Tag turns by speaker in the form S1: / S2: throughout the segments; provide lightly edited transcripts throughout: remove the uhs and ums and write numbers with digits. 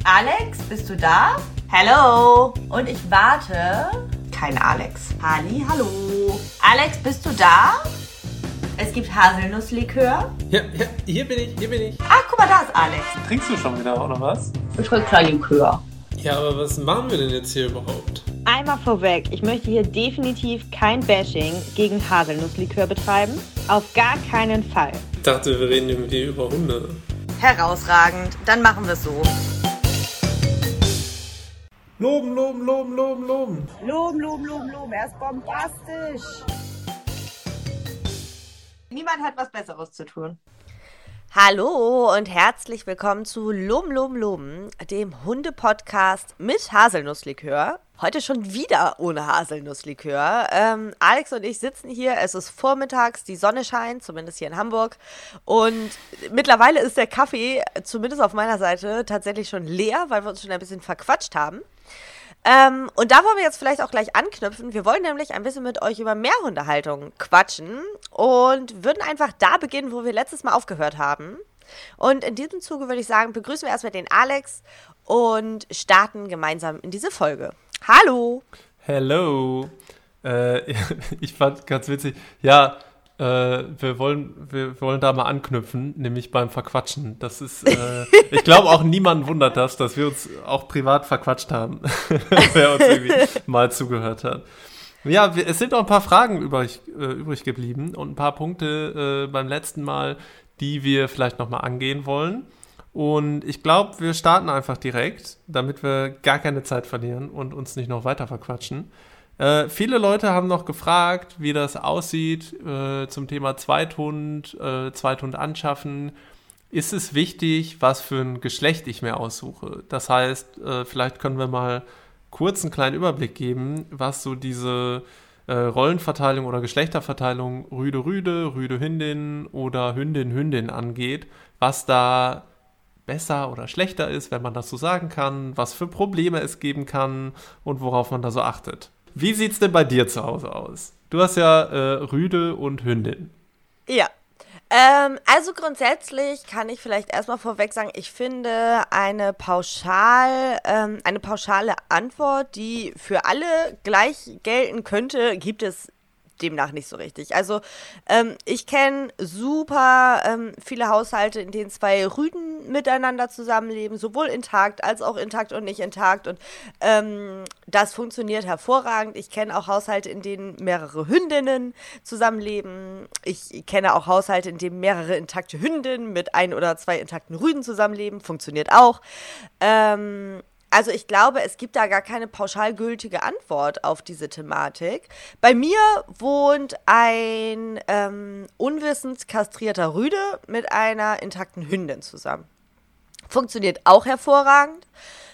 S1: Alex, bist du da? Hello. Und ich warte. Kein Alex. Halli, hallo. Alex, bist du da? Es gibt Haselnusslikör.
S2: Ja, hier bin ich.
S1: Ach, guck mal, da ist Alex.
S2: Trinkst du schon wieder, oder was?
S1: Ich trinke kein Likör.
S2: Ja, aber was machen wir denn jetzt hier überhaupt?
S3: Einmal vorweg, ich möchte hier definitiv kein Bashing gegen Haselnusslikör betreiben. Auf gar keinen Fall.
S2: Ich dachte, wir reden irgendwie über Hunde.
S1: Herausragend. Dann machen wir es so.
S2: Loben.
S3: Loben. Er ist bombastisch.
S1: Niemand hat was Besseres zu tun.
S4: Hallo und herzlich willkommen zu Loben, dem Hunde-Podcast mit Haselnusslikör. Heute schon wieder ohne Haselnusslikör. Alex und ich sitzen hier, es ist vormittags, die Sonne scheint, zumindest hier in Hamburg. Und mittlerweile ist der Kaffee, zumindest auf meiner Seite, tatsächlich schon leer, weil wir uns schon ein bisschen verquatscht haben. Und da wollen wir jetzt vielleicht auch gleich anknüpfen. Wir wollen nämlich ein bisschen mit euch über Mehrhundehaltung quatschen und würden einfach da beginnen, wo wir letztes Mal aufgehört haben. Und in diesem Zuge würde ich sagen, begrüßen wir erstmal den Alex und starten gemeinsam in diese Folge. Hallo!
S2: Hello! Ich fand ganz witzig, ja, wir wollen da mal anknüpfen, nämlich beim Verquatschen. Das ist, ich glaube auch niemand wundert das, dass wir uns auch privat verquatscht haben, wer uns irgendwie mal zugehört hat. Ja, es sind noch ein paar Fragen übrig geblieben und ein paar Punkte beim letzten Mal, die wir vielleicht nochmal angehen wollen. Und ich glaube, wir starten einfach direkt, damit wir gar keine Zeit verlieren und uns nicht noch weiter verquatschen. Viele Leute haben noch gefragt, wie das aussieht zum Thema Zweithund anschaffen. Ist es wichtig, was für ein Geschlecht ich mir aussuche? Das heißt, vielleicht können wir mal kurz einen kleinen Überblick geben, was so diese Rollenverteilung oder Geschlechterverteilung Rüde-Rüde, Rüde-Hündin oder Hündin-Hündin angeht, was da besser oder schlechter ist, wenn man das so sagen kann, was für Probleme es geben kann und worauf man da so achtet. Wie sieht's denn bei dir zu Hause aus? Du hast ja Rüde und Hündin.
S4: Ja, also grundsätzlich kann ich vielleicht erstmal vorweg sagen, ich finde eine pauschale Antwort, die für alle gleich gelten könnte, gibt es demnach nicht so richtig. Also ich kenne super viele Haushalte, in denen zwei Rüden miteinander zusammenleben, sowohl intakt als auch intakt und nicht intakt, und das funktioniert hervorragend. Ich kenne auch Haushalte, in denen mehrere Hündinnen zusammenleben. Ich kenne auch Haushalte, in denen mehrere intakte Hündinnen mit ein oder zwei intakten Rüden zusammenleben, funktioniert auch. Also ich glaube, es gibt da gar keine pauschal gültige Antwort auf diese Thematik. Bei mir wohnt ein unwissend kastrierter Rüde mit einer intakten Hündin zusammen. Funktioniert auch hervorragend.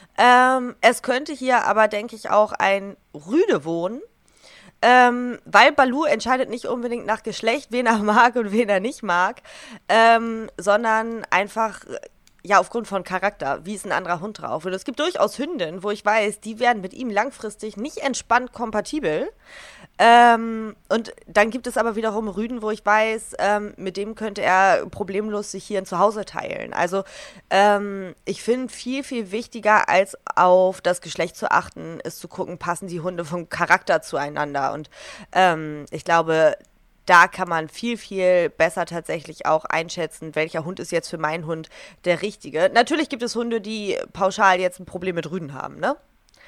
S4: Es könnte hier aber, denke ich, auch ein Rüde wohnen, weil Baloo entscheidet nicht unbedingt nach Geschlecht, wen er mag und wen er nicht mag, sondern einfach ja, aufgrund von Charakter, wie ist ein anderer Hund drauf? Und es gibt durchaus Hündinnen, wo ich weiß, die werden mit ihm langfristig nicht entspannt kompatibel. Und dann gibt es aber wiederum Rüden, wo ich weiß, mit dem könnte er problemlos sich hier ein Zuhause teilen. Also ich finde, viel, viel wichtiger als auf das Geschlecht zu achten, ist zu gucken, passen die Hunde vom Charakter zueinander. Und ich glaube, da kann man viel, viel besser tatsächlich auch einschätzen, welcher Hund ist jetzt für meinen Hund der richtige. Natürlich gibt es Hunde, die pauschal jetzt ein Problem mit Rüden haben, ne?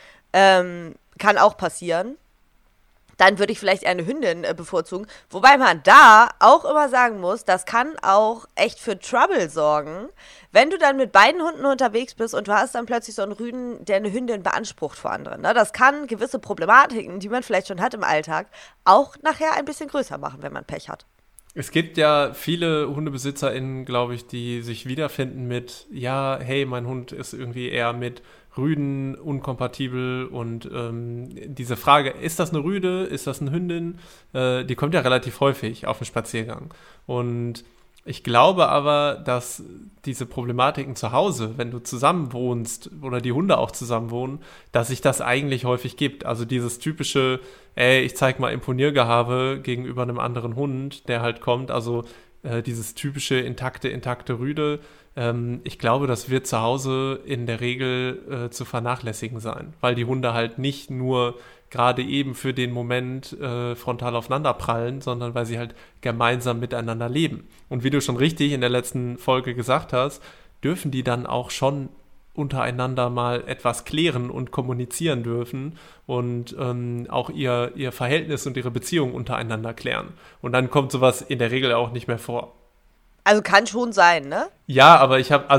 S4: Kann auch passieren. Dann würde ich vielleicht eher eine Hündin bevorzugen. Wobei man da auch immer sagen muss, das kann auch echt für Trouble sorgen, wenn du dann mit beiden Hunden unterwegs bist und du hast dann plötzlich so einen Rüden, der eine Hündin beansprucht vor anderen. Ne? Das kann gewisse Problematiken, die man vielleicht schon hat im Alltag, auch nachher ein bisschen größer machen, wenn man Pech hat.
S2: Es gibt ja viele HundebesitzerInnen, glaube ich, die sich wiederfinden mit, ja, hey, mein Hund ist irgendwie eher mit Rüden unkompatibel, und diese Frage, ist das eine Rüde, ist das eine Hündin, die kommt ja relativ häufig auf den Spaziergang. Und ich glaube aber, dass diese Problematiken zu Hause, wenn du zusammen wohnst oder die Hunde auch zusammen wohnen, dass sich das eigentlich häufig gibt. Also dieses typische, ich zeig mal Imponiergehabe gegenüber einem anderen Hund, der halt kommt. Also dieses typische intakte Rüde, ich glaube, das wird zu Hause in der Regel zu vernachlässigen sein, weil die Hunde halt nicht nur gerade eben für den Moment frontal aufeinander prallen, sondern weil sie halt gemeinsam miteinander leben. Und wie du schon richtig in der letzten Folge gesagt hast, dürfen die dann auch schon untereinander mal etwas klären und kommunizieren dürfen und auch ihr Verhältnis und ihre Beziehung untereinander klären. Und dann kommt sowas in der Regel auch nicht mehr vor.
S4: Also kann schon sein, ne?
S2: Ja, aber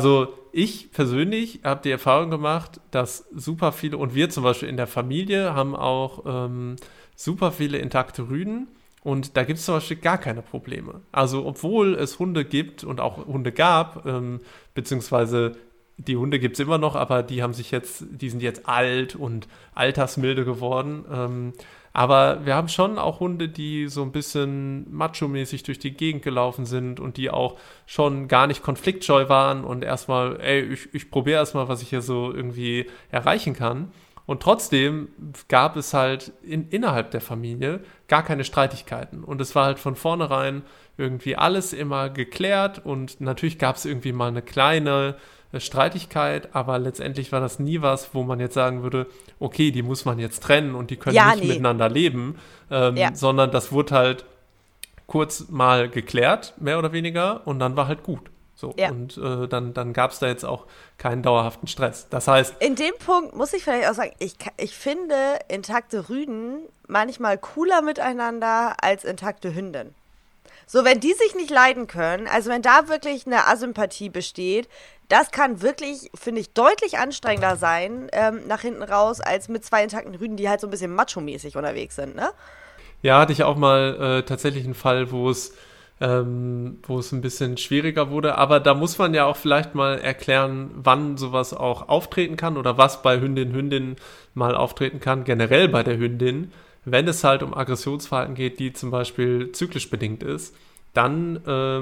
S2: ich persönlich habe die Erfahrung gemacht, dass super viele, und wir zum Beispiel in der Familie haben auch super viele intakte Rüden und da gibt es zum Beispiel gar keine Probleme. Also obwohl es Hunde gibt und auch Hunde gab, beziehungsweise die Hunde gibt es immer noch, aber die sind jetzt alt und altersmilde geworden. Aber wir haben schon auch Hunde, die so ein bisschen macho-mäßig durch die Gegend gelaufen sind und die auch schon gar nicht konfliktscheu waren und erstmal, ich probiere erstmal, was ich hier so irgendwie erreichen kann. Und trotzdem gab es halt innerhalb der Familie gar keine Streitigkeiten. Und es war halt von vornherein irgendwie alles immer geklärt und natürlich gab es irgendwie mal eine kleine Streitigkeit, aber letztendlich war das nie was, wo man jetzt sagen würde, okay, die muss man jetzt trennen und die können nicht miteinander leben, sondern das wurde halt kurz mal geklärt, mehr oder weniger, und dann war halt gut. So. Ja. Und dann gab es da jetzt auch keinen dauerhaften Stress. Das heißt...
S4: In dem Punkt muss ich vielleicht auch sagen, ich finde intakte Rüden manchmal cooler miteinander als intakte Hündin. So, wenn die sich nicht leiden können, also wenn da wirklich eine Asympathie besteht, das kann wirklich, finde ich, deutlich anstrengender sein nach hinten raus, als mit zwei intakten Rüden, die halt so ein bisschen macho-mäßig unterwegs sind, ne?
S2: Ja, hatte ich auch mal tatsächlich einen Fall, wo es ein bisschen schwieriger wurde, aber da muss man ja auch vielleicht mal erklären, wann sowas auch auftreten kann oder was bei Hündin mal auftreten kann, generell bei der Hündin. Wenn es halt um Aggressionsverhalten geht, die zum Beispiel zyklisch bedingt ist, dann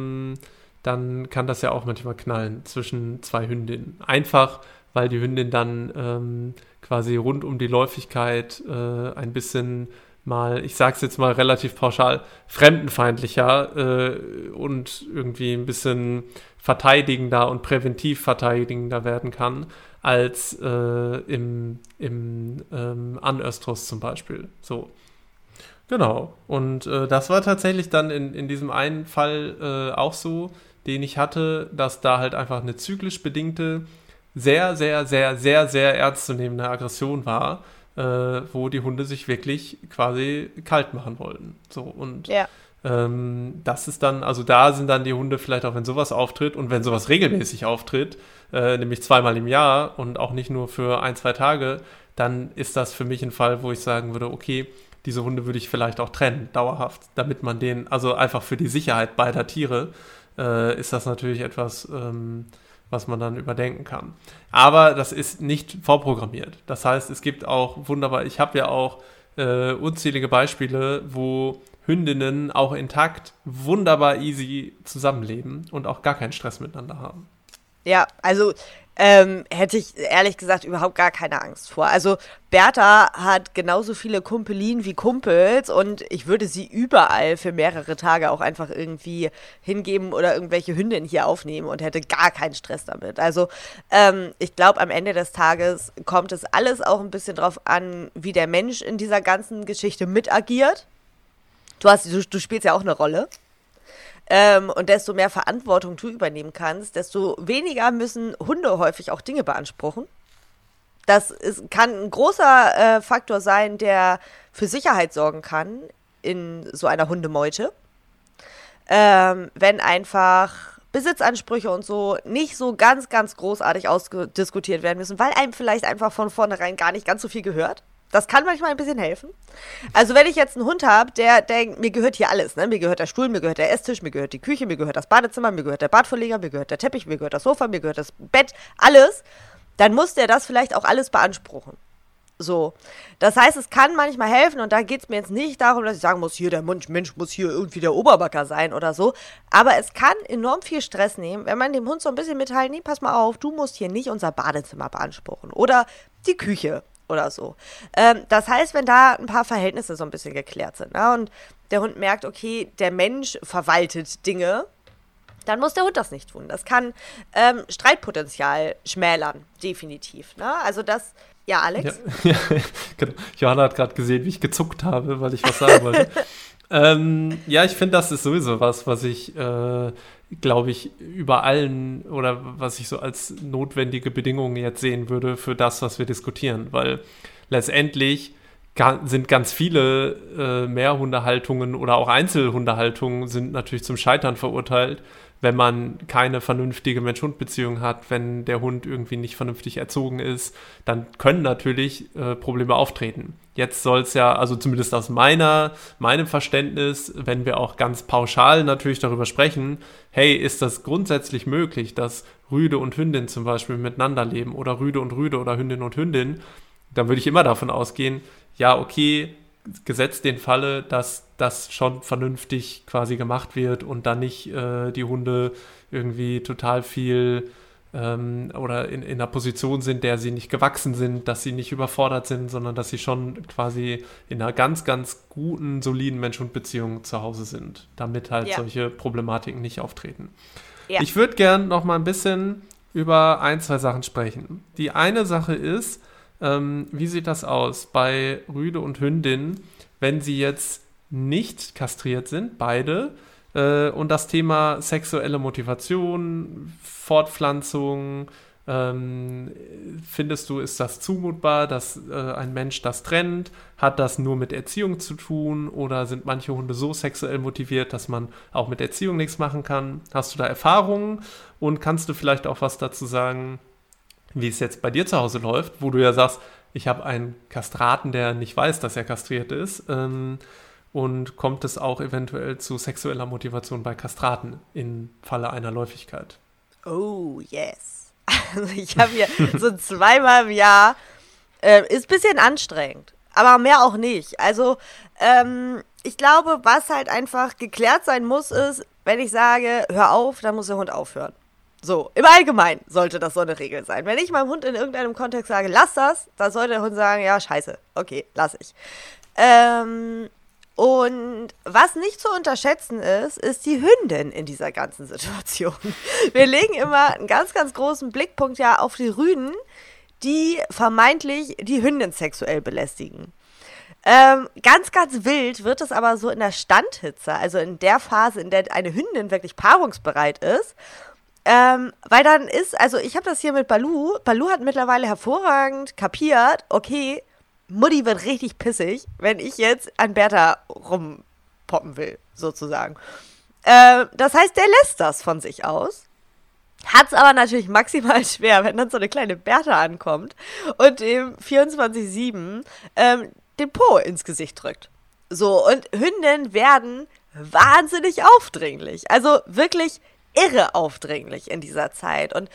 S2: kann das ja auch manchmal knallen zwischen zwei Hündinnen. Einfach, weil die Hündin dann quasi rund um die Läufigkeit ein bisschen mal, ich sag's jetzt mal relativ pauschal, fremdenfeindlicher und irgendwie ein bisschen verteidigender und präventiv verteidigender werden kann, als im Anöstrus zum Beispiel. So. Genau. Und das war tatsächlich dann in diesem einen Fall auch so, den ich hatte, dass da halt einfach eine zyklisch bedingte, sehr, sehr, sehr, sehr, sehr ernstzunehmende Aggression war, wo die Hunde sich wirklich quasi kalt machen wollten. So, und
S4: ja.
S2: Das ist dann, also da sind dann die Hunde vielleicht auch, wenn sowas auftritt und wenn sowas regelmäßig auftritt, nämlich 2-mal im Jahr und auch nicht nur für 1-2 Tage, dann ist das für mich ein Fall, wo ich sagen würde, okay, diese Hunde würde ich vielleicht auch trennen, dauerhaft, damit man denen, also einfach für die Sicherheit beider Tiere, ist das natürlich etwas, was man dann überdenken kann. Aber das ist nicht vorprogrammiert. Das heißt, es gibt auch wunderbar, ich habe ja auch unzählige Beispiele, wo Hündinnen auch intakt wunderbar easy zusammenleben und auch gar keinen Stress miteinander haben.
S4: Ja, also hätte ich ehrlich gesagt überhaupt gar keine Angst vor. Also Bertha hat genauso viele Kumpelinen wie Kumpels und ich würde sie überall für mehrere Tage auch einfach irgendwie hingeben oder irgendwelche Hündinnen hier aufnehmen und hätte gar keinen Stress damit. Also ich glaube, am Ende des Tages kommt es alles auch ein bisschen drauf an, wie der Mensch in dieser ganzen Geschichte mit agiert. Du spielst ja auch eine Rolle. Und desto mehr Verantwortung du übernehmen kannst, desto weniger müssen Hunde häufig auch Dinge beanspruchen. Kann ein großer Faktor sein, der für Sicherheit sorgen kann in so einer Hundemeute. Wenn einfach Besitzansprüche und so nicht so ganz, ganz großartig ausdiskutiert werden müssen, weil einem vielleicht einfach von vornherein gar nicht ganz so viel gehört. Das kann manchmal ein bisschen helfen. Also wenn ich jetzt einen Hund habe, der denkt, mir gehört hier alles, ne? Mir gehört der Stuhl, mir gehört der Esstisch, mir gehört die Küche, mir gehört das Badezimmer, mir gehört der Badvorleger, mir gehört der Teppich, mir gehört das Sofa, mir gehört das Bett, alles, dann muss der das vielleicht auch alles beanspruchen. So. Das heißt, es kann manchmal helfen und da geht es mir jetzt nicht darum, dass ich sagen muss, hier der Mensch muss hier irgendwie der Oberbacker sein oder so, aber es kann enorm viel Stress nehmen, wenn man dem Hund so ein bisschen mitteilt, nee, pass mal auf, du musst hier nicht unser Badezimmer beanspruchen oder die Küche oder so. Das heißt, wenn da ein paar Verhältnisse so ein bisschen geklärt sind, ne, und der Hund merkt, okay, der Mensch verwaltet Dinge dann muss der Hund das nicht tun. Das kann Streitpotenzial schmälern, definitiv. Ne? Also das, ja, Alex?
S2: Ja, genau. Johanna hat gerade gesehen, wie ich gezuckt habe, weil ich was sagen wollte. Ja, ich finde, das ist sowieso was ich, glaube ich, über allen oder was ich so als notwendige Bedingungen jetzt sehen würde für das, was wir diskutieren. Weil letztendlich sind ganz viele Mehrhundehaltungen oder auch Einzelhundehaltungen sind natürlich zum Scheitern verurteilt, wenn man keine vernünftige Mensch-Hund-Beziehung hat, wenn der Hund irgendwie nicht vernünftig erzogen ist, dann können natürlich Probleme auftreten. Jetzt soll es ja, also zumindest aus meinem Verständnis, wenn wir auch ganz pauschal natürlich darüber sprechen, hey, ist das grundsätzlich möglich, dass Rüde und Hündin zum Beispiel miteinander leben oder Rüde und Rüde oder Hündin und Hündin, dann würde ich immer davon ausgehen, ja, okay, gesetzt den Falle, dass das schon vernünftig quasi gemacht wird und dann nicht die Hunde irgendwie total viel oder in einer Position sind, der sie nicht gewachsen sind, dass sie nicht überfordert sind, sondern dass sie schon quasi in einer ganz, ganz guten, soliden Mensch-Hund-Beziehung zu Hause sind, damit halt solche Problematiken nicht auftreten. Ja. Ich würde gern noch mal ein bisschen über 1, 2 Sachen sprechen. Die eine Sache ist, wie sieht das aus bei Rüde und Hündin, wenn sie jetzt nicht kastriert sind, beide, und das Thema sexuelle Motivation, Fortpflanzung, findest du, ist das zumutbar, dass ein Mensch das trennt? Hat das nur mit Erziehung zu tun oder sind manche Hunde so sexuell motiviert, dass man auch mit Erziehung nichts machen kann? Hast du da Erfahrungen und kannst du vielleicht auch was dazu sagen, wie es jetzt bei dir zu Hause läuft, wo du ja sagst, ich habe einen Kastraten, der nicht weiß, dass er kastriert ist, und kommt es auch eventuell zu sexueller Motivation bei Kastraten im Falle einer Läufigkeit?
S4: Oh, yes. Also ich habe hier so 2-mal im Jahr, ist ein bisschen anstrengend, aber mehr auch nicht. Also ich glaube, was halt einfach geklärt sein muss, ist, wenn ich sage, hör auf, dann muss der Hund aufhören. So, im Allgemeinen sollte das so eine Regel sein. Wenn ich meinem Hund in irgendeinem Kontext sage, lass das, dann sollte der Hund sagen, ja, scheiße, okay, lass ich. Und was nicht zu unterschätzen ist die Hündin in dieser ganzen Situation. Wir legen immer einen ganz, ganz großen Blickpunkt ja auf die Rüden, die vermeintlich die Hündin sexuell belästigen. Ganz, ganz wild wird es aber so in der Standhitze, also in der Phase, in der eine Hündin wirklich paarungsbereit ist. Weil dann ist, also ich habe das hier mit Balu. Balu hat mittlerweile hervorragend kapiert, okay, Mutti wird richtig pissig, wenn ich jetzt an Bertha rumpoppen will, sozusagen. Das heißt, der lässt das von sich aus. Hat's aber natürlich maximal schwer, wenn dann so eine kleine Bertha ankommt und dem 24/7 den Po ins Gesicht drückt. So, und Hündinnen werden wahnsinnig aufdringlich. Also wirklich irre aufdringlich in dieser Zeit. Und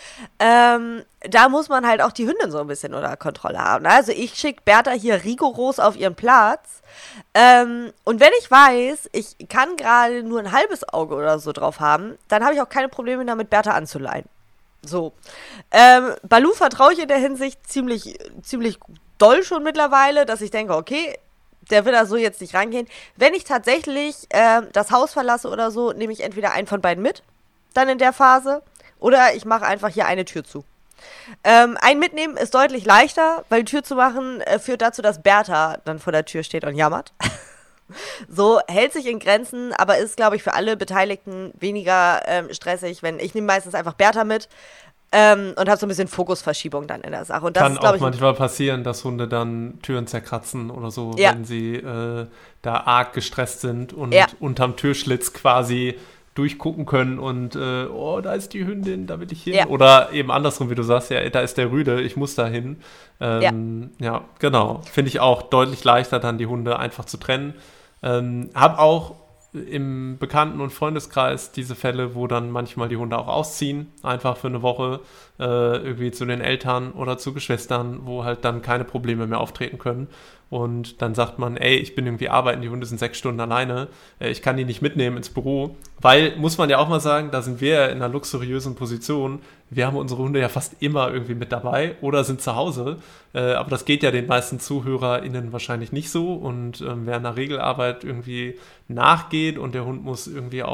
S4: da muss man halt auch die Hündin so ein bisschen unter Kontrolle haben. Also ich schicke Bertha hier rigoros auf ihren Platz. Und wenn ich weiß, ich kann gerade nur ein halbes Auge oder so drauf haben, dann habe ich auch keine Probleme damit, Bertha anzuleihen. So. Balu vertraue ich in der Hinsicht ziemlich doll schon mittlerweile, dass ich denke, okay, der will da so jetzt nicht rangehen. Wenn ich tatsächlich das Haus verlasse oder so, nehme ich entweder einen von beiden mit, dann in der Phase, oder ich mache einfach hier eine Tür zu. Ein Mitnehmen ist deutlich leichter, weil die Tür zu machen führt dazu, dass Bertha dann vor der Tür steht und jammert. So, hält sich in Grenzen, aber ist, glaube ich, für alle Beteiligten weniger stressig, wenn ich nehme meistens einfach Bertha mit und habe so ein bisschen Fokusverschiebung dann in der Sache. Und das
S2: kann
S4: ist,
S2: auch manchmal passieren, dass Hunde dann Türen zerkratzen oder so, wenn sie da arg gestresst sind und unterm Türschlitz quasi durchgucken können und da ist die Hündin, da will ich hin. Ja. Oder eben andersrum, wie du sagst, ja, da ist der Rüde, ich muss da hin. Ja, genau. Finde ich auch deutlich leichter, dann die Hunde einfach zu trennen. Hab auch im Bekannten- und Freundeskreis diese Fälle, wo dann manchmal die Hunde auch ausziehen, einfach für eine Woche irgendwie zu den Eltern oder zu Geschwistern, wo halt dann keine Probleme mehr auftreten können. Und dann sagt man, ey, ich bin irgendwie arbeiten, die Hunde sind 6 Stunden alleine, ich kann die nicht mitnehmen ins Büro, weil, muss man ja auch mal sagen, da sind wir in einer luxuriösen Position, wir haben unsere Hunde ja fast immer irgendwie mit dabei oder sind zu Hause, aber das geht ja den meisten ZuhörerInnen wahrscheinlich nicht so und wer einer Regelarbeit irgendwie nachgeht und der Hund muss irgendwie auch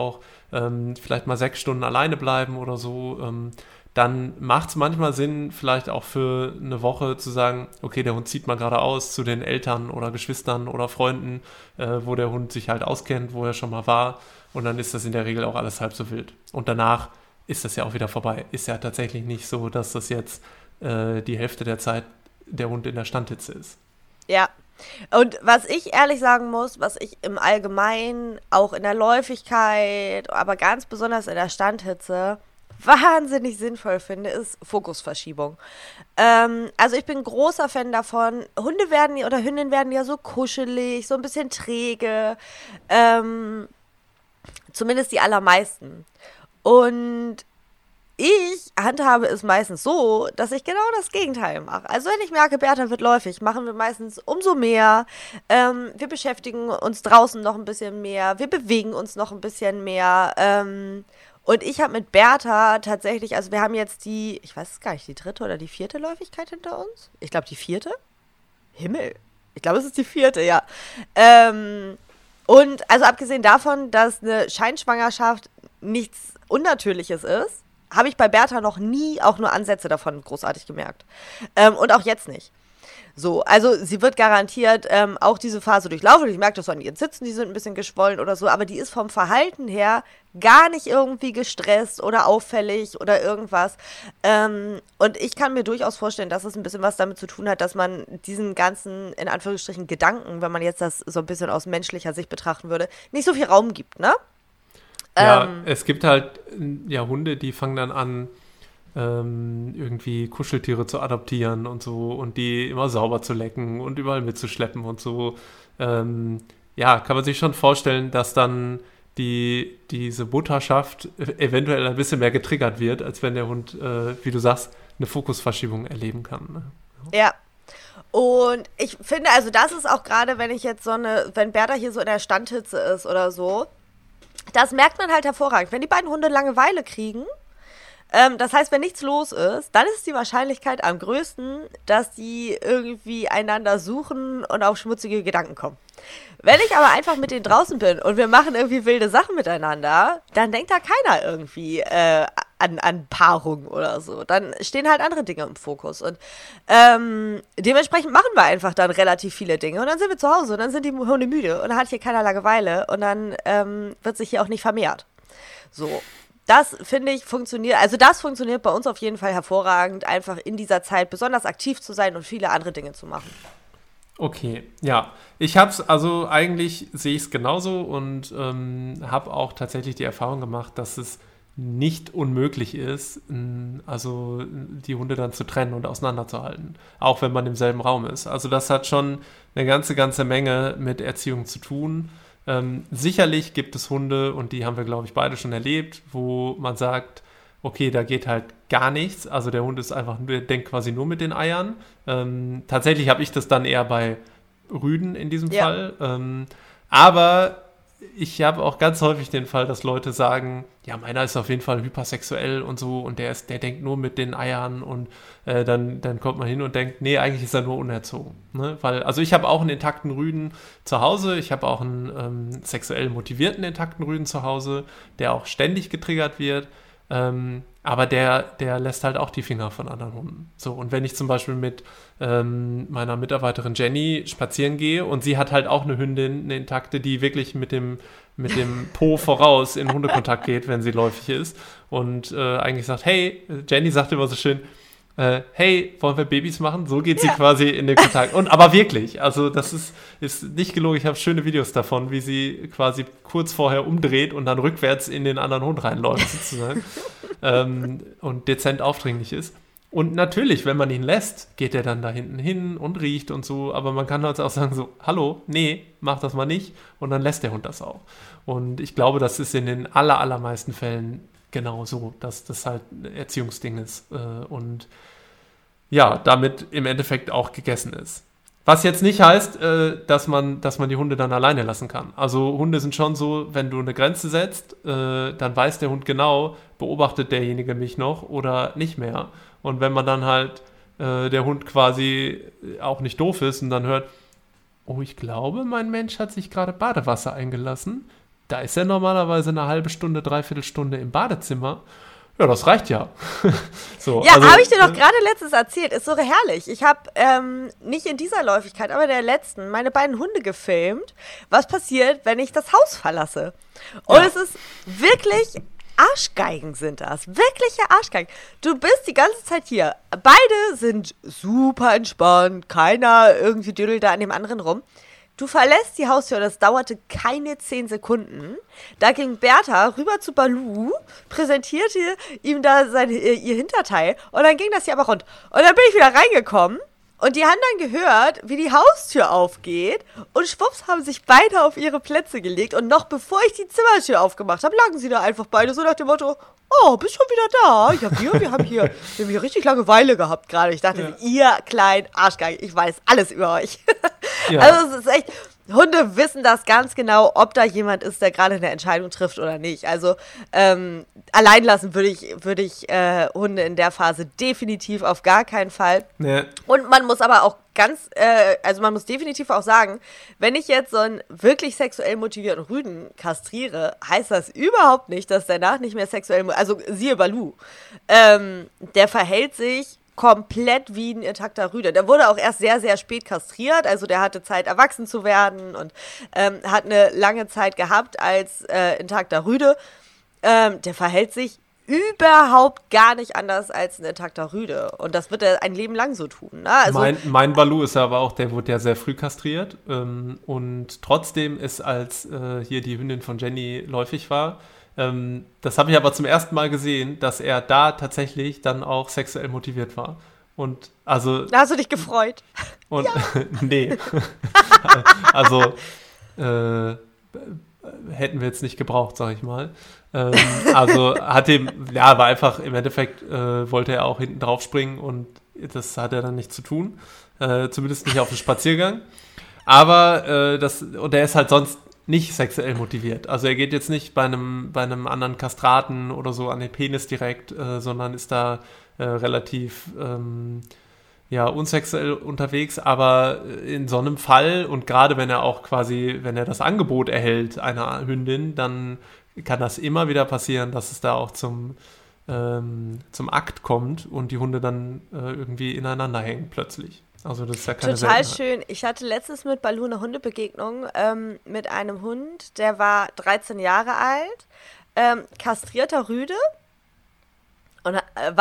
S2: vielleicht mal 6 Stunden alleine bleiben oder so, dann macht es manchmal Sinn, vielleicht auch für eine Woche zu sagen, okay, der Hund zieht mal gerade aus zu den Eltern oder Geschwistern oder Freunden, wo der Hund sich halt auskennt, wo er schon mal war, und dann ist das in der Regel auch alles halb so wild. Und danach ist das ja auch wieder vorbei. Ist ja tatsächlich nicht so, dass das jetzt die Hälfte der Zeit der Hund in der Standhitze ist.
S4: Ja. Und was ich ehrlich sagen muss, was ich im Allgemeinen auch in der Läufigkeit, aber ganz besonders in der Standhitze wahnsinnig sinnvoll finde, ist Fokusverschiebung. Also ich bin großer Fan davon. Hündinnen werden ja so kuschelig, so ein bisschen träge. Zumindest die allermeisten. Und ich handhabe es meistens so, dass ich genau das Gegenteil mache. Also wenn ich merke, Bertha wird läufig, machen wir meistens umso mehr. Wir beschäftigen uns draußen noch ein bisschen mehr. Wir bewegen uns noch ein bisschen mehr. Und ich habe mit Bertha tatsächlich, also wir haben jetzt ich weiß es gar nicht, die 3. oder die 4. Läufigkeit hinter uns? Ich glaube die 4. Himmel. Ich glaube, es ist die 4., ja. Und also abgesehen davon, dass eine Scheinschwangerschaft nichts Unnatürliches ist, habe ich bei Bertha noch nie auch nur Ansätze davon großartig gemerkt. Und auch jetzt nicht. So, also sie wird garantiert auch diese Phase durchlaufen. Ich merke das so an ihren Sitzen, die sind ein bisschen geschwollen oder so, aber die ist vom Verhalten her gar nicht irgendwie gestresst oder auffällig oder irgendwas. Und ich kann mir durchaus vorstellen, dass es ein bisschen was damit zu tun hat, dass man diesen ganzen, in Anführungsstrichen, Gedanken, wenn man jetzt das so ein bisschen aus menschlicher Sicht betrachten würde, nicht so viel Raum gibt, ne?
S2: Ja, es gibt halt Hunde, die fangen dann an, irgendwie Kuscheltiere zu adoptieren und so und die immer sauber zu lecken und überall mitzuschleppen und so. Kann man sich schon vorstellen, dass dann diese Mutterschaft eventuell ein bisschen mehr getriggert wird, als wenn der Hund, wie du sagst, eine Fokusverschiebung erleben kann. Ne?
S4: Ja. Und ich finde, also das ist auch gerade, wenn Bertha hier so in der Standhitze ist oder so, das merkt man halt hervorragend. Wenn die beiden Hunde Langeweile kriegen, das heißt, wenn nichts los ist, dann ist die Wahrscheinlichkeit am größten, dass die irgendwie einander suchen und auf schmutzige Gedanken kommen. Wenn ich aber einfach mit denen draußen bin und wir machen irgendwie wilde Sachen miteinander, dann denkt da keiner irgendwie an Paarung oder so. Dann stehen halt andere Dinge im Fokus. Und dementsprechend machen wir einfach dann relativ viele Dinge. Und dann sind wir zu Hause und dann sind die Hunde müde und dann hat hier keiner Langeweile und dann wird sich hier auch nicht vermehrt. So. Das, finde ich, funktioniert bei uns auf jeden Fall hervorragend, einfach in dieser Zeit besonders aktiv zu sein und viele andere Dinge zu machen.
S2: Okay, ja. Eigentlich sehe ich es genauso und habe auch tatsächlich die Erfahrung gemacht, dass es nicht unmöglich ist, also die Hunde dann zu trennen und auseinanderzuhalten, auch wenn man im selben Raum ist. Also das hat schon eine ganze Menge mit Erziehung zu tun. Sicherlich gibt es Hunde, und die haben wir, glaube ich, beide schon erlebt, wo man sagt, okay, da geht halt gar nichts. Also der Hund ist der denkt quasi nur mit den Eiern. Tatsächlich habe ich das dann eher bei Rüden in diesem Fall. Aber ich habe auch ganz häufig den Fall, dass Leute sagen, ja, meiner ist auf jeden Fall hypersexuell und so und der denkt nur mit den Eiern und dann kommt man hin und denkt, nee, eigentlich ist er nur unerzogen. Ne? Also ich habe auch einen intakten Rüden zu Hause, ich habe auch einen sexuell motivierten intakten Rüden zu Hause, der auch ständig getriggert wird, aber der lässt halt auch die Finger von anderen Hunden. So, und wenn ich zum Beispiel mit meiner Mitarbeiterin Jenny spazieren gehe und sie hat halt auch eine Hündin, eine intakte, die wirklich mit dem Po voraus in Hundekontakt geht, wenn sie läufig ist und eigentlich sagt, hey, Jenny sagt immer so schön, hey, wollen wir Babys machen? So geht sie quasi in den Kontakt. Und aber wirklich, also das ist nicht gelogen. Ich habe schöne Videos davon, wie sie quasi kurz vorher umdreht und dann rückwärts in den anderen Hund reinläuft sozusagen und dezent aufdringlich ist. Und natürlich, wenn man ihn lässt, geht er dann da hinten hin und riecht und so, aber man kann halt auch sagen so, hallo, nee, mach das mal nicht und dann lässt der Hund das auch. Und ich glaube, das ist in den allermeisten Fällen genau so, dass das halt ein Erziehungsding ist und ja, damit im Endeffekt auch gegessen ist. Was jetzt nicht heißt, dass man die Hunde dann alleine lassen kann. Also Hunde sind schon so, wenn du eine Grenze setzt, dann weiß der Hund genau, beobachtet derjenige mich noch oder nicht mehr. Und wenn man dann halt der Hund quasi auch nicht doof ist und dann hört, oh, ich glaube, mein Mensch hat sich gerade Badewasser eingelassen, da ist er normalerweise eine halbe Stunde, dreiviertel Stunde im Badezimmer. Ja, das reicht ja. So,
S4: ja, also, habe ich dir doch gerade letztens erzählt. Ist so herrlich. Ich habe nicht in dieser Läufigkeit, aber der letzten, meine beiden Hunde gefilmt. Was passiert, wenn ich das Haus verlasse? Und es ist wirklich Arschgeigen sind das. Wirkliche Arschgeigen. Du bist die ganze Zeit hier. Beide sind super entspannt. Keiner irgendwie düdelt da an dem anderen rum. Du verlässt die Haustür, das dauerte keine 10 Sekunden. Da ging Bertha rüber zu Baloo, präsentierte ihm da ihr Hinterteil und dann ging das hier aber rund. Und dann bin ich wieder reingekommen und die haben dann gehört, wie die Haustür aufgeht und schwupps haben sich beide auf ihre Plätze gelegt und noch bevor ich die Zimmertür aufgemacht habe, lagen sie da einfach beide so nach dem Motto, oh, bist schon wieder da? Ja, wir haben hier richtig Langeweile gehabt gerade. Ich dachte, ihr kleinen Arschgeigen, ich weiß alles über euch. Ja. Also es ist echt, Hunde wissen das ganz genau, ob da jemand ist, der gerade eine Entscheidung trifft oder nicht. Also allein lassen würde ich Hunde in der Phase definitiv auf gar keinen Fall. Ja. Und man muss aber auch man muss definitiv auch sagen, wenn ich jetzt so einen wirklich sexuell motivierten Rüden kastriere, heißt das überhaupt nicht, dass danach nicht mehr sexuell, also siehe Baloo, der verhält sich komplett wie ein intakter Rüde. Der wurde auch erst sehr, sehr spät kastriert, also der hatte Zeit, erwachsen zu werden und hat eine lange Zeit gehabt als intakter Rüde. Der verhält sich überhaupt gar nicht anders als ein intakter Rüde. Und das wird er ein Leben lang so tun. Ne? Also,
S2: mein Baloo ist aber auch, der wurde ja sehr früh kastriert. Und trotzdem ist, als hier die Hündin von Jenny läufig war, das habe ich aber zum ersten Mal gesehen, dass er da tatsächlich dann auch sexuell motiviert war. Und also.
S4: Da hast du dich gefreut.
S2: Und nee. Also hätten wir jetzt nicht gebraucht, sag ich mal. Also war einfach, im Endeffekt wollte er auch hinten drauf springen und das hat er dann nicht zu tun. Zumindest nicht auf dem Spaziergang. Aber und er ist halt sonst nicht sexuell motiviert. Also er geht jetzt nicht bei einem anderen Kastraten oder so an den Penis direkt, sondern ist da relativ unsexuell unterwegs, aber in so einem Fall und gerade wenn er das Angebot erhält einer Hündin, dann kann das immer wieder passieren, dass es da auch zum Akt kommt und die Hunde dann irgendwie ineinander hängen plötzlich. Also das ist ja keine
S4: Total
S2: Seltenheit.
S4: Schön. Ich hatte letztens mit Baloo eine Hundebegegnung mit einem Hund, der war 13 Jahre alt, kastrierter Rüde und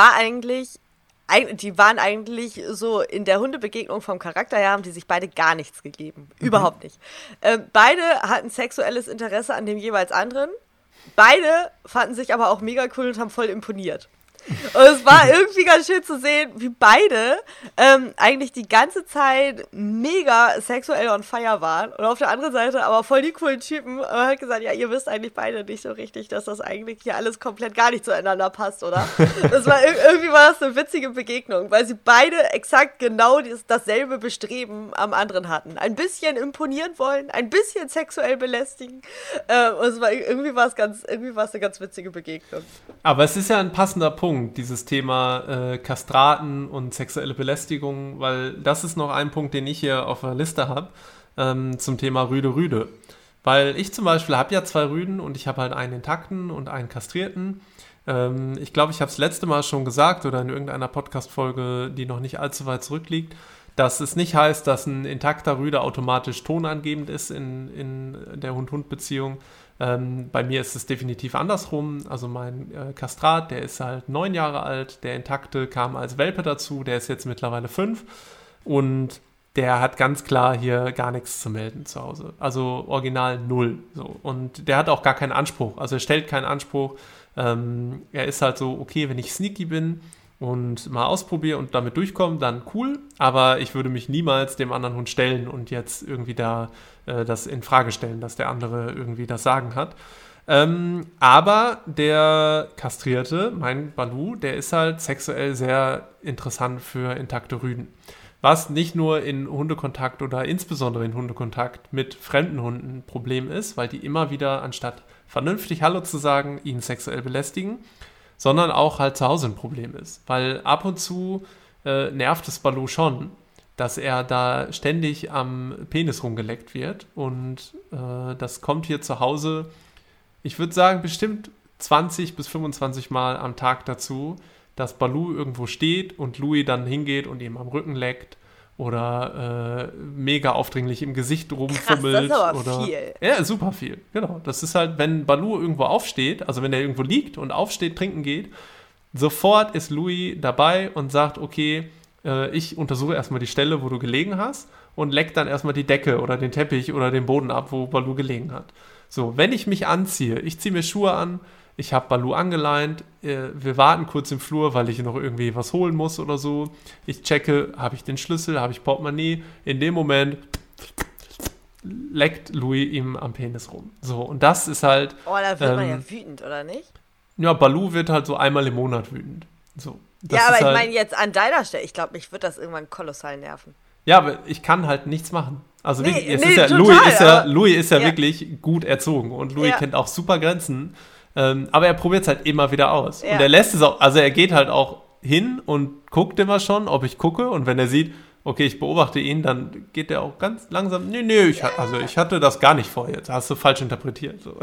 S4: die waren eigentlich so in der Hundebegegnung vom Charakter her, haben die sich beide gar nichts gegeben. Überhaupt nicht. Beide hatten sexuelles Interesse an dem jeweils anderen. Beide fanden sich aber auch mega cool und haben voll imponiert. Und es war irgendwie ganz schön zu sehen, wie beide eigentlich die ganze Zeit mega sexuell on fire waren und auf der anderen Seite aber voll die coolen Typen. Und man hat gesagt, ja, ihr wisst eigentlich beide nicht so richtig, dass das eigentlich hier alles komplett gar nicht zueinander passt, oder? Irgendwie war das eine witzige Begegnung, weil sie beide exakt genau dasselbe Bestreben am anderen hatten. Ein bisschen imponieren wollen, ein bisschen sexuell belästigen. Und irgendwie war es eine ganz witzige Begegnung.
S2: Aber es ist ja ein passender Punkt, dieses Thema Kastraten und sexuelle Belästigung, weil das ist noch ein Punkt, den ich hier auf der Liste habe, zum Thema Rüde. Weil ich zum Beispiel habe ja 2 Rüden und ich habe halt einen intakten und einen kastrierten. Ich glaube, ich habe es letzte Mal schon gesagt oder in irgendeiner Podcast-Folge, die noch nicht allzu weit zurückliegt, dass es nicht heißt, dass ein intakter Rüde automatisch tonangebend ist in der Hund-Hund-Beziehung. Bei mir ist es definitiv andersrum. Also mein Kastrat, der ist halt 9 Jahre alt. Der intakte kam als Welpe dazu. Der ist jetzt mittlerweile 5. Und der hat ganz klar hier gar nichts zu melden zu Hause. Also original 0. So. Und der hat auch gar keinen Anspruch. Also er stellt keinen Anspruch. Er ist halt so, okay, wenn ich sneaky bin und mal ausprobiere und damit durchkomme, dann cool. Aber ich würde mich niemals dem anderen Hund stellen und jetzt irgendwie da das in Frage stellen, dass der andere irgendwie das Sagen hat. Aber der Kastrierte, mein Baloo, der ist halt sexuell sehr interessant für intakte Rüden. Was nicht nur in Hundekontakt oder insbesondere in Hundekontakt mit fremden Hunden ein Problem ist, weil die immer wieder, anstatt vernünftig Hallo zu sagen, ihn sexuell belästigen, sondern auch halt zu Hause ein Problem ist. Weil ab und zu nervt es Baloo schon, dass er da ständig am Penis rumgeleckt wird und das kommt hier zu Hause ich würde sagen, bestimmt 20 bis 25 Mal am Tag dazu, dass Baloo irgendwo steht und Louis dann hingeht und ihm am Rücken leckt oder mega aufdringlich im Gesicht rumfummelt.
S4: Krass, das ist aber
S2: oder,
S4: viel.
S2: Ja, super viel, genau. Das ist halt, wenn Baloo irgendwo aufsteht, also wenn er irgendwo liegt und aufsteht, trinken geht, sofort ist Louis dabei und sagt, okay, ich untersuche erstmal die Stelle, wo du gelegen hast und leck dann erstmal die Decke oder den Teppich oder den Boden ab, wo Baloo gelegen hat. So, wenn ich mich anziehe, ich ziehe mir Schuhe an, ich habe Baloo angeleint, wir warten kurz im Flur, weil ich noch irgendwie was holen muss oder so. Ich checke, habe ich den Schlüssel, habe ich Portemonnaie. In dem Moment leckt Louis ihm am Penis rum. So, und das ist halt...
S4: Oh, da wird man ja wütend, oder nicht?
S2: Ja, Baloo wird halt so einmal im Monat wütend. So,
S4: ja, aber ich
S2: halt,
S4: meine jetzt an deiner Stelle, ich glaube, mich wird das irgendwann kolossal nerven.
S2: Ja, aber ich kann halt nichts machen. Also
S4: Nee,
S2: wirklich,
S4: nee, total,
S2: Louis ist ja
S4: ja.
S2: wirklich gut erzogen und Louis
S4: Ja.
S2: kennt auch super Grenzen. Aber er probiert es halt immer wieder aus.
S4: Ja.
S2: Und er lässt es auch, also er geht halt auch hin und guckt immer schon, ob ich gucke. Und wenn er sieht, okay, ich beobachte ihn, dann geht er auch ganz langsam, nee, ich hatte das gar nicht vor jetzt. Hast du falsch interpretiert. So.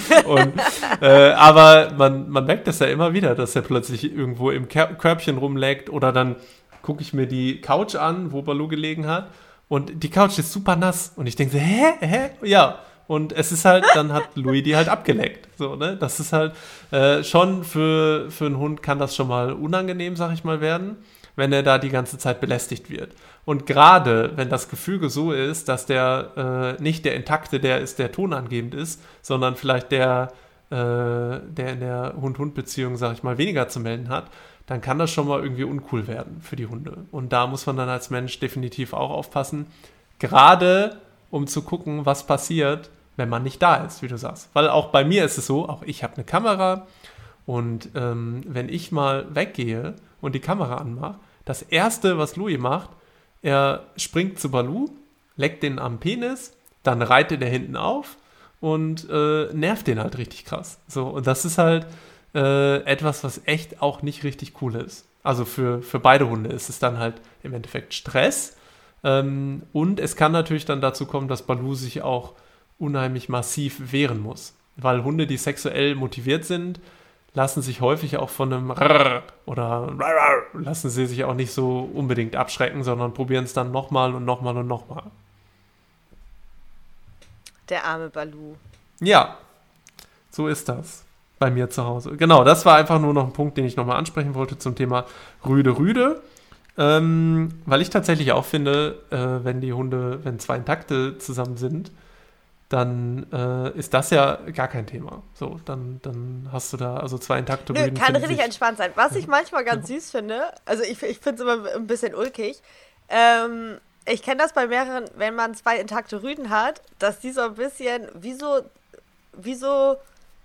S2: Aber man merkt das ja immer wieder, dass er plötzlich irgendwo im Körbchen rumleckt oder dann gucke ich mir die Couch an, wo Baloo gelegen hat. Und die Couch ist super nass. Und ich denke so, hä? Ja. Und es ist halt, dann hat Louis die halt abgeleckt. So, ne? Das ist halt schon für einen Hund kann das schon mal unangenehm, sag ich mal, werden, wenn er da die ganze Zeit belästigt wird. Und gerade, wenn das Gefüge so ist, dass der nicht der Intakte, der ist, der tonangebend ist, sondern vielleicht der in der Hund-Hund-Beziehung, sag ich mal, weniger zu melden hat, dann kann das schon mal irgendwie uncool werden für die Hunde. Und da muss man dann als Mensch definitiv auch aufpassen, gerade um zu gucken, was passiert, wenn man nicht da ist, wie du sagst. Weil auch bei mir ist es so, auch ich habe eine Kamera und wenn ich mal weggehe und die Kamera anmache, das Erste, was Louis macht, er springt zu Baloo, leckt den am Penis, dann reitet er hinten auf und nervt den halt richtig krass. So, und das ist halt etwas, was echt auch nicht richtig cool ist. Also für beide Hunde ist es dann halt im Endeffekt Stress. Und es kann natürlich dann dazu kommen, dass Baloo sich auch unheimlich massiv wehren muss. Weil Hunde, die sexuell motiviert sind, lassen sich häufig auch von einem Rrrr oder Rrrr, lassen sie sich auch nicht so unbedingt abschrecken, sondern probieren es dann nochmal und nochmal und nochmal.
S4: Der arme Baloo.
S2: Ja, so ist das bei mir zu Hause. Genau, das war einfach nur noch ein Punkt, den ich nochmal ansprechen wollte zum Thema Rüde. Weil ich tatsächlich auch finde, wenn zwei Intakte zusammen sind, dann ist das ja gar kein Thema. So, dann hast du da also zwei intakte
S4: Nö,
S2: Rüden.
S4: kann richtig entspannt sein. Was ich manchmal ganz süß finde, also ich finde es immer ein bisschen ulkig, ich kenne das bei mehreren, wenn man zwei intakte Rüden hat, dass die so ein bisschen wie so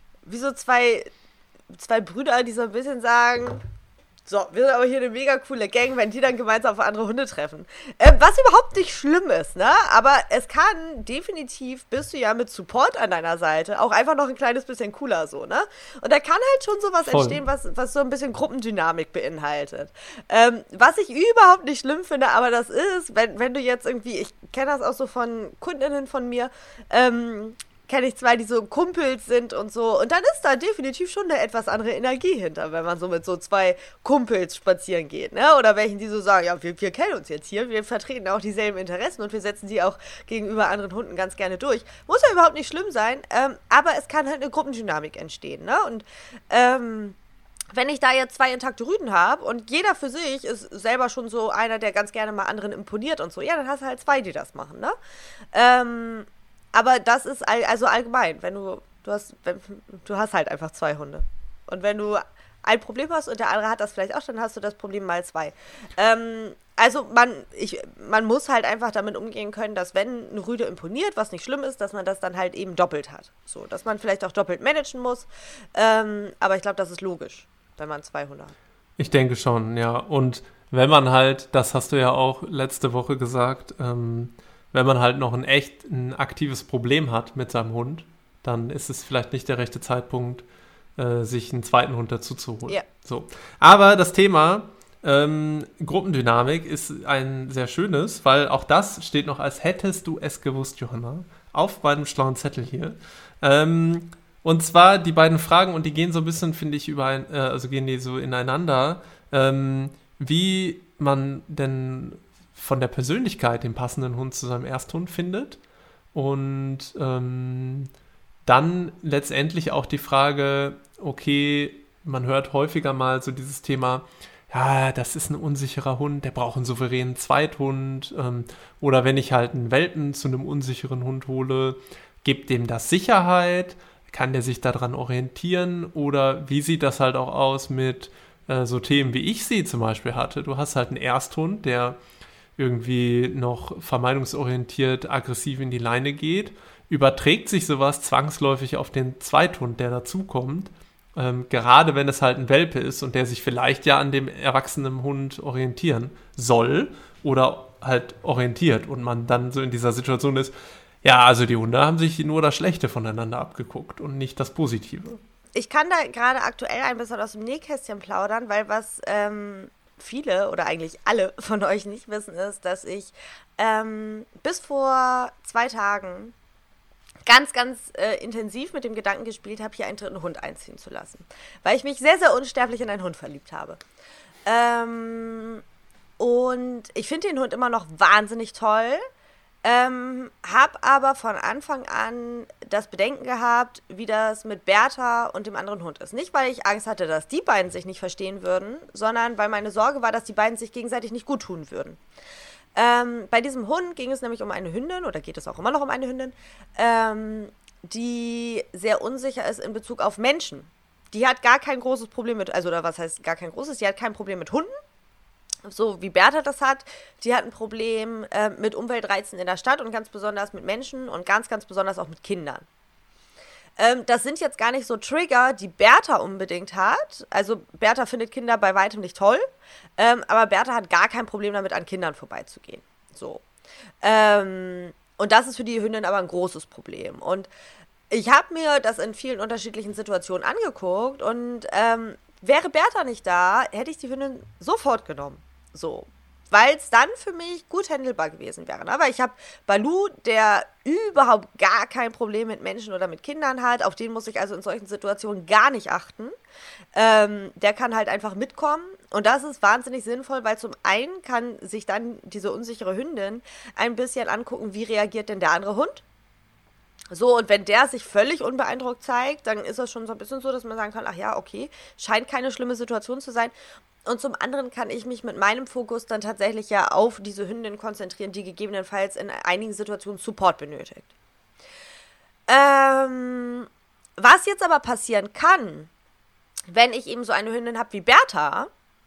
S4: zwei Brüder, die so ein bisschen sagen, so, wir sind aber hier eine mega coole Gang, wenn die dann gemeinsam auf andere Hunde treffen. Was überhaupt nicht schlimm ist, ne? Aber es kann definitiv, bist du ja mit Support an deiner Seite, auch einfach noch ein kleines bisschen cooler so, ne? Und da kann halt schon sowas entstehen, was so ein bisschen Gruppendynamik beinhaltet. Was ich überhaupt nicht schlimm finde, aber das ist, wenn du jetzt irgendwie, ich kenne das auch so von Kundinnen von mir, kenne ich zwei, die so Kumpels sind und so. Und dann ist da definitiv schon eine etwas andere Energie hinter, wenn man so mit so zwei Kumpels spazieren geht, ne? Oder welchen, die so sagen, ja, wir kennen uns jetzt hier, wir vertreten auch dieselben Interessen und wir setzen die auch gegenüber anderen Hunden ganz gerne durch. Muss ja überhaupt nicht schlimm sein, aber es kann halt eine Gruppendynamik entstehen, ne? Und wenn ich da jetzt zwei intakte Rüden habe und jeder für sich ist selber schon so einer, der ganz gerne mal anderen imponiert und so, ja, dann hast du halt zwei, die das machen, ne? Aber das ist also allgemein, du hast halt einfach zwei Hunde. Und wenn du ein Problem hast und der andere hat das vielleicht auch, dann hast du das Problem mal zwei. Also man muss halt einfach damit umgehen können, dass wenn eine Rüde imponiert, was nicht schlimm ist, dass man das dann halt eben doppelt hat. So, dass man vielleicht auch doppelt managen muss. Aber ich glaube, das ist logisch, wenn man zwei Hunde hat.
S2: Ich denke schon, ja. Und wenn man halt, das hast du ja auch letzte Woche gesagt, wenn man halt noch ein aktives Problem hat mit seinem Hund, dann ist es vielleicht nicht der rechte Zeitpunkt, sich einen zweiten Hund dazu zu holen.
S4: Ja.
S2: So. Aber das Thema Gruppendynamik ist ein sehr schönes, weil auch das steht noch als hättest du es gewusst, Johanna, auf meinem schlauen Zettel hier. Und zwar die beiden Fragen, und die gehen so ein bisschen, finde ich, gehen die so ineinander, wie man denn von der Persönlichkeit den passenden Hund zu seinem Ersthund findet. Und dann letztendlich auch die Frage, okay, man hört häufiger mal so dieses Thema, ja, das ist ein unsicherer Hund, der braucht einen souveränen Zweithund. Oder wenn ich halt einen Welpen zu einem unsicheren Hund hole, gibt dem das Sicherheit? Kann der sich daran orientieren? Oder wie sieht das halt auch aus mit so Themen, wie ich sie zum Beispiel hatte? Du hast halt einen Ersthund, der irgendwie noch vermeidungsorientiert aggressiv in die Leine geht. Überträgt sich sowas zwangsläufig auf den Zweithund, der dazukommt? Gerade wenn es halt ein Welpe ist und der sich vielleicht ja an dem erwachsenen Hund orientieren soll oder halt orientiert und man dann so in dieser Situation ist, ja, also die Hunde haben sich nur das Schlechte voneinander abgeguckt und nicht das Positive.
S4: Ich kann da gerade aktuell ein bisschen aus dem Nähkästchen plaudern, weil was viele oder eigentlich alle von euch nicht wissen, ist, dass ich bis vor 2 Tagen ganz, ganz intensiv mit dem Gedanken gespielt habe, hier einen dritten Hund einziehen zu lassen. Weil ich mich sehr, sehr unsterblich in einen Hund verliebt habe. Und ich finde den Hund immer noch wahnsinnig toll. Hab aber von Anfang an das Bedenken gehabt, wie das mit Bertha und dem anderen Hund ist. Nicht, weil ich Angst hatte, dass die beiden sich nicht verstehen würden, sondern weil meine Sorge war, dass die beiden sich gegenseitig nicht gut tun würden. Bei diesem Hund ging es nämlich um eine Hündin, oder geht es auch immer noch um eine Hündin, die sehr unsicher ist in Bezug auf Menschen. Die hat gar kein großes Problem mit, also oder was heißt gar kein großes, die hat kein Problem mit Hunden. So wie Bertha das hat, die hat ein Problem mit Umweltreizen in der Stadt und ganz besonders mit Menschen und ganz, ganz besonders auch mit Kindern. Das sind jetzt gar nicht so Trigger, die Bertha unbedingt hat. Also Bertha findet Kinder bei weitem nicht toll, aber Bertha hat gar kein Problem damit, an Kindern vorbeizugehen. So. Und das ist für die Hündin aber ein großes Problem. Und ich habe mir das in vielen unterschiedlichen Situationen angeguckt und wäre Bertha nicht da, hätte ich die Hündin sofort genommen. So. Weil es dann für mich gut handelbar gewesen wäre. Ne? Weil ich habe Balu, der überhaupt gar kein Problem mit Menschen oder mit Kindern hat, auf den muss ich also in solchen Situationen gar nicht achten. Der kann halt einfach mitkommen. Und das ist wahnsinnig sinnvoll, weil zum einen kann sich dann diese unsichere Hündin ein bisschen angucken, wie reagiert denn der andere Hund. So, und wenn der sich völlig unbeeindruckt zeigt, dann ist das schon so ein bisschen so, dass man sagen kann, ach ja, okay, scheint keine schlimme Situation zu sein. Und zum anderen kann ich mich mit meinem Fokus dann tatsächlich ja auf diese Hündin konzentrieren, die gegebenenfalls in einigen Situationen Support benötigt. Was jetzt aber passieren kann, wenn ich eben so eine Hündin habe wie Bertha,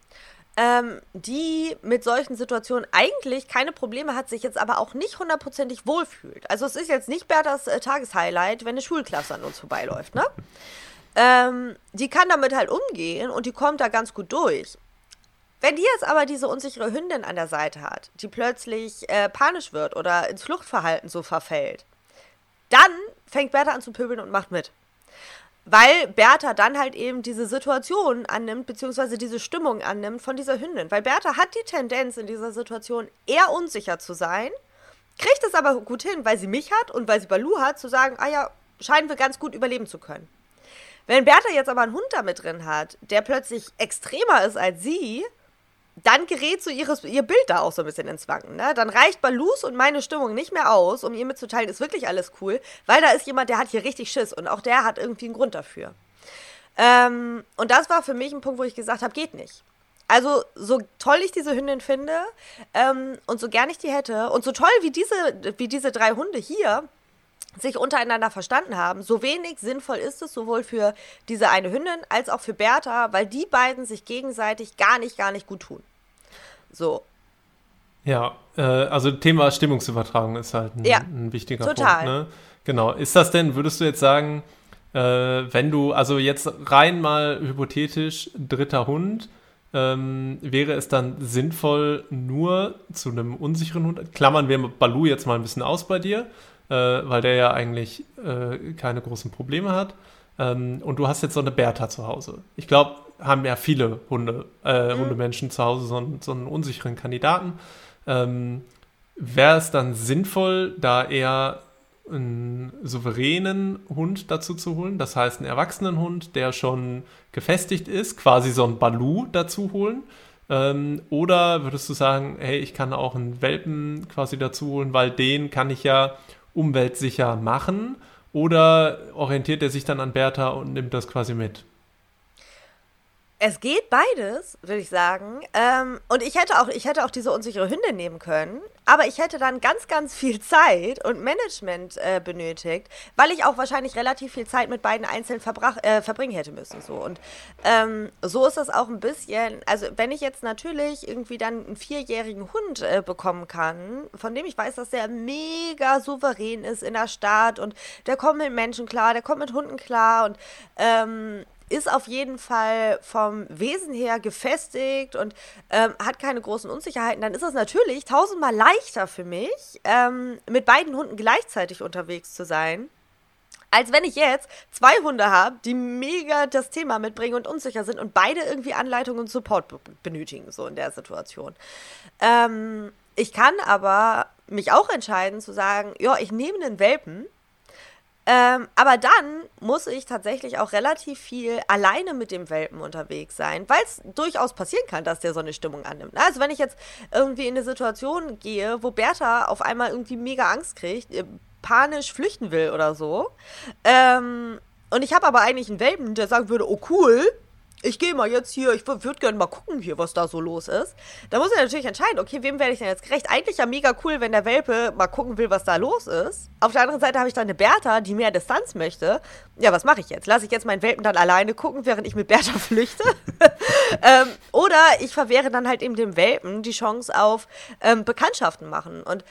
S4: die mit solchen Situationen eigentlich keine Probleme hat, sich jetzt aber auch nicht 100%ig wohlfühlt. Also es ist jetzt nicht Berthas Tageshighlight, wenn eine Schulklasse an uns vorbeiläuft, ne? Die kann damit halt umgehen und die kommt da ganz gut durch. Wenn die jetzt aber diese unsichere Hündin an der Seite hat, die plötzlich panisch wird oder ins Fluchtverhalten so verfällt, dann fängt Bertha an zu pöbeln und macht mit. Weil Bertha dann halt eben diese Situation annimmt, beziehungsweise diese Stimmung annimmt von dieser Hündin. Weil Bertha hat die Tendenz, in dieser Situation eher unsicher zu sein, kriegt es aber gut hin, weil sie mich hat und weil sie Balu hat, zu sagen, ah ja, scheinen wir ganz gut überleben zu können. Wenn Bertha jetzt aber einen Hund da mit drin hat, der plötzlich extremer ist als sie, dann gerät so ihr Bild da auch so ein bisschen ins Wanken. Ne? Dann reicht Balus und meine Stimmung nicht mehr aus, um ihr mitzuteilen, ist wirklich alles cool, weil da ist jemand, der hat hier richtig Schiss und auch der hat irgendwie einen Grund dafür. Und das war für mich ein Punkt, wo ich gesagt habe, geht nicht. Also so toll ich diese Hündin finde und so gern ich die hätte und so toll wie diese 3 Hunde hier sich untereinander verstanden haben, so wenig sinnvoll ist es sowohl für diese eine Hündin als auch für Bertha, weil die beiden sich gegenseitig gar nicht gut tun. So.
S2: Ja, also Thema Stimmungsübertragung ist halt ein wichtiger
S4: total.
S2: Punkt. Ne? Genau. Ist das denn, würdest du jetzt sagen, wenn du, also jetzt rein mal hypothetisch, dritter Hund, wäre es dann sinnvoll, nur zu einem unsicheren Hund, klammern wir Balu jetzt mal ein bisschen aus bei dir, weil der ja eigentlich keine großen Probleme hat. Und du hast jetzt so eine Bertha zu Hause. Ich glaube, haben ja viele Hundemenschen zu Hause so einen unsicheren Kandidaten. Wäre es dann sinnvoll, da eher einen souveränen Hund dazu zu holen, das heißt einen erwachsenen Hund, der schon gefestigt ist, quasi so einen Baloo dazu holen? Oder würdest du sagen, hey, ich kann auch einen Welpen quasi dazu holen, weil den kann ich ja umweltsicher machen? Oder orientiert er sich dann an Bertha und nimmt das quasi mit?
S4: Es geht beides, würde ich sagen. Und ich hätte auch diese unsichere Hündin nehmen können, aber ich hätte dann ganz, ganz viel Zeit und Management benötigt, weil ich auch wahrscheinlich relativ viel Zeit mit beiden einzeln verbringen hätte müssen. So. Und so ist das auch ein bisschen, also wenn ich jetzt natürlich irgendwie dann einen 4-jährigen Hund bekommen kann, von dem ich weiß, dass der mega souverän ist in der Stadt und der kommt mit Menschen klar, der kommt mit Hunden klar und ist auf jeden Fall vom Wesen her gefestigt und hat keine großen Unsicherheiten, dann ist es natürlich 1000-mal leichter für mich, mit beiden Hunden gleichzeitig unterwegs zu sein, als wenn ich jetzt 2 Hunde habe, die mega das Thema mitbringen und unsicher sind und beide irgendwie Anleitung und Support benötigen, so in der Situation. Ich kann aber mich auch entscheiden zu sagen, ja, ich nehme einen Welpen, aber dann muss ich tatsächlich auch relativ viel alleine mit dem Welpen unterwegs sein, weil es durchaus passieren kann, dass der so eine Stimmung annimmt. Also wenn ich jetzt irgendwie in eine Situation gehe, wo Bertha auf einmal irgendwie mega Angst kriegt, panisch flüchten will oder so, und ich habe aber eigentlich einen Welpen, der sagen würde, oh cool, ich gehe mal jetzt hier, ich würde gerne mal gucken hier, was da so los ist. Da muss ich natürlich entscheiden, okay, wem werde ich denn jetzt gerecht? Eigentlich ja mega cool, wenn der Welpe mal gucken will, was da los ist. Auf der anderen Seite habe ich dann eine Bertha, die mehr Distanz möchte. Ja, was mache ich jetzt? Lasse ich jetzt meinen Welpen dann alleine gucken, während ich mit Bertha flüchte? Oder ich verwehre dann halt eben dem Welpen die Chance auf Bekanntschaften machen. Und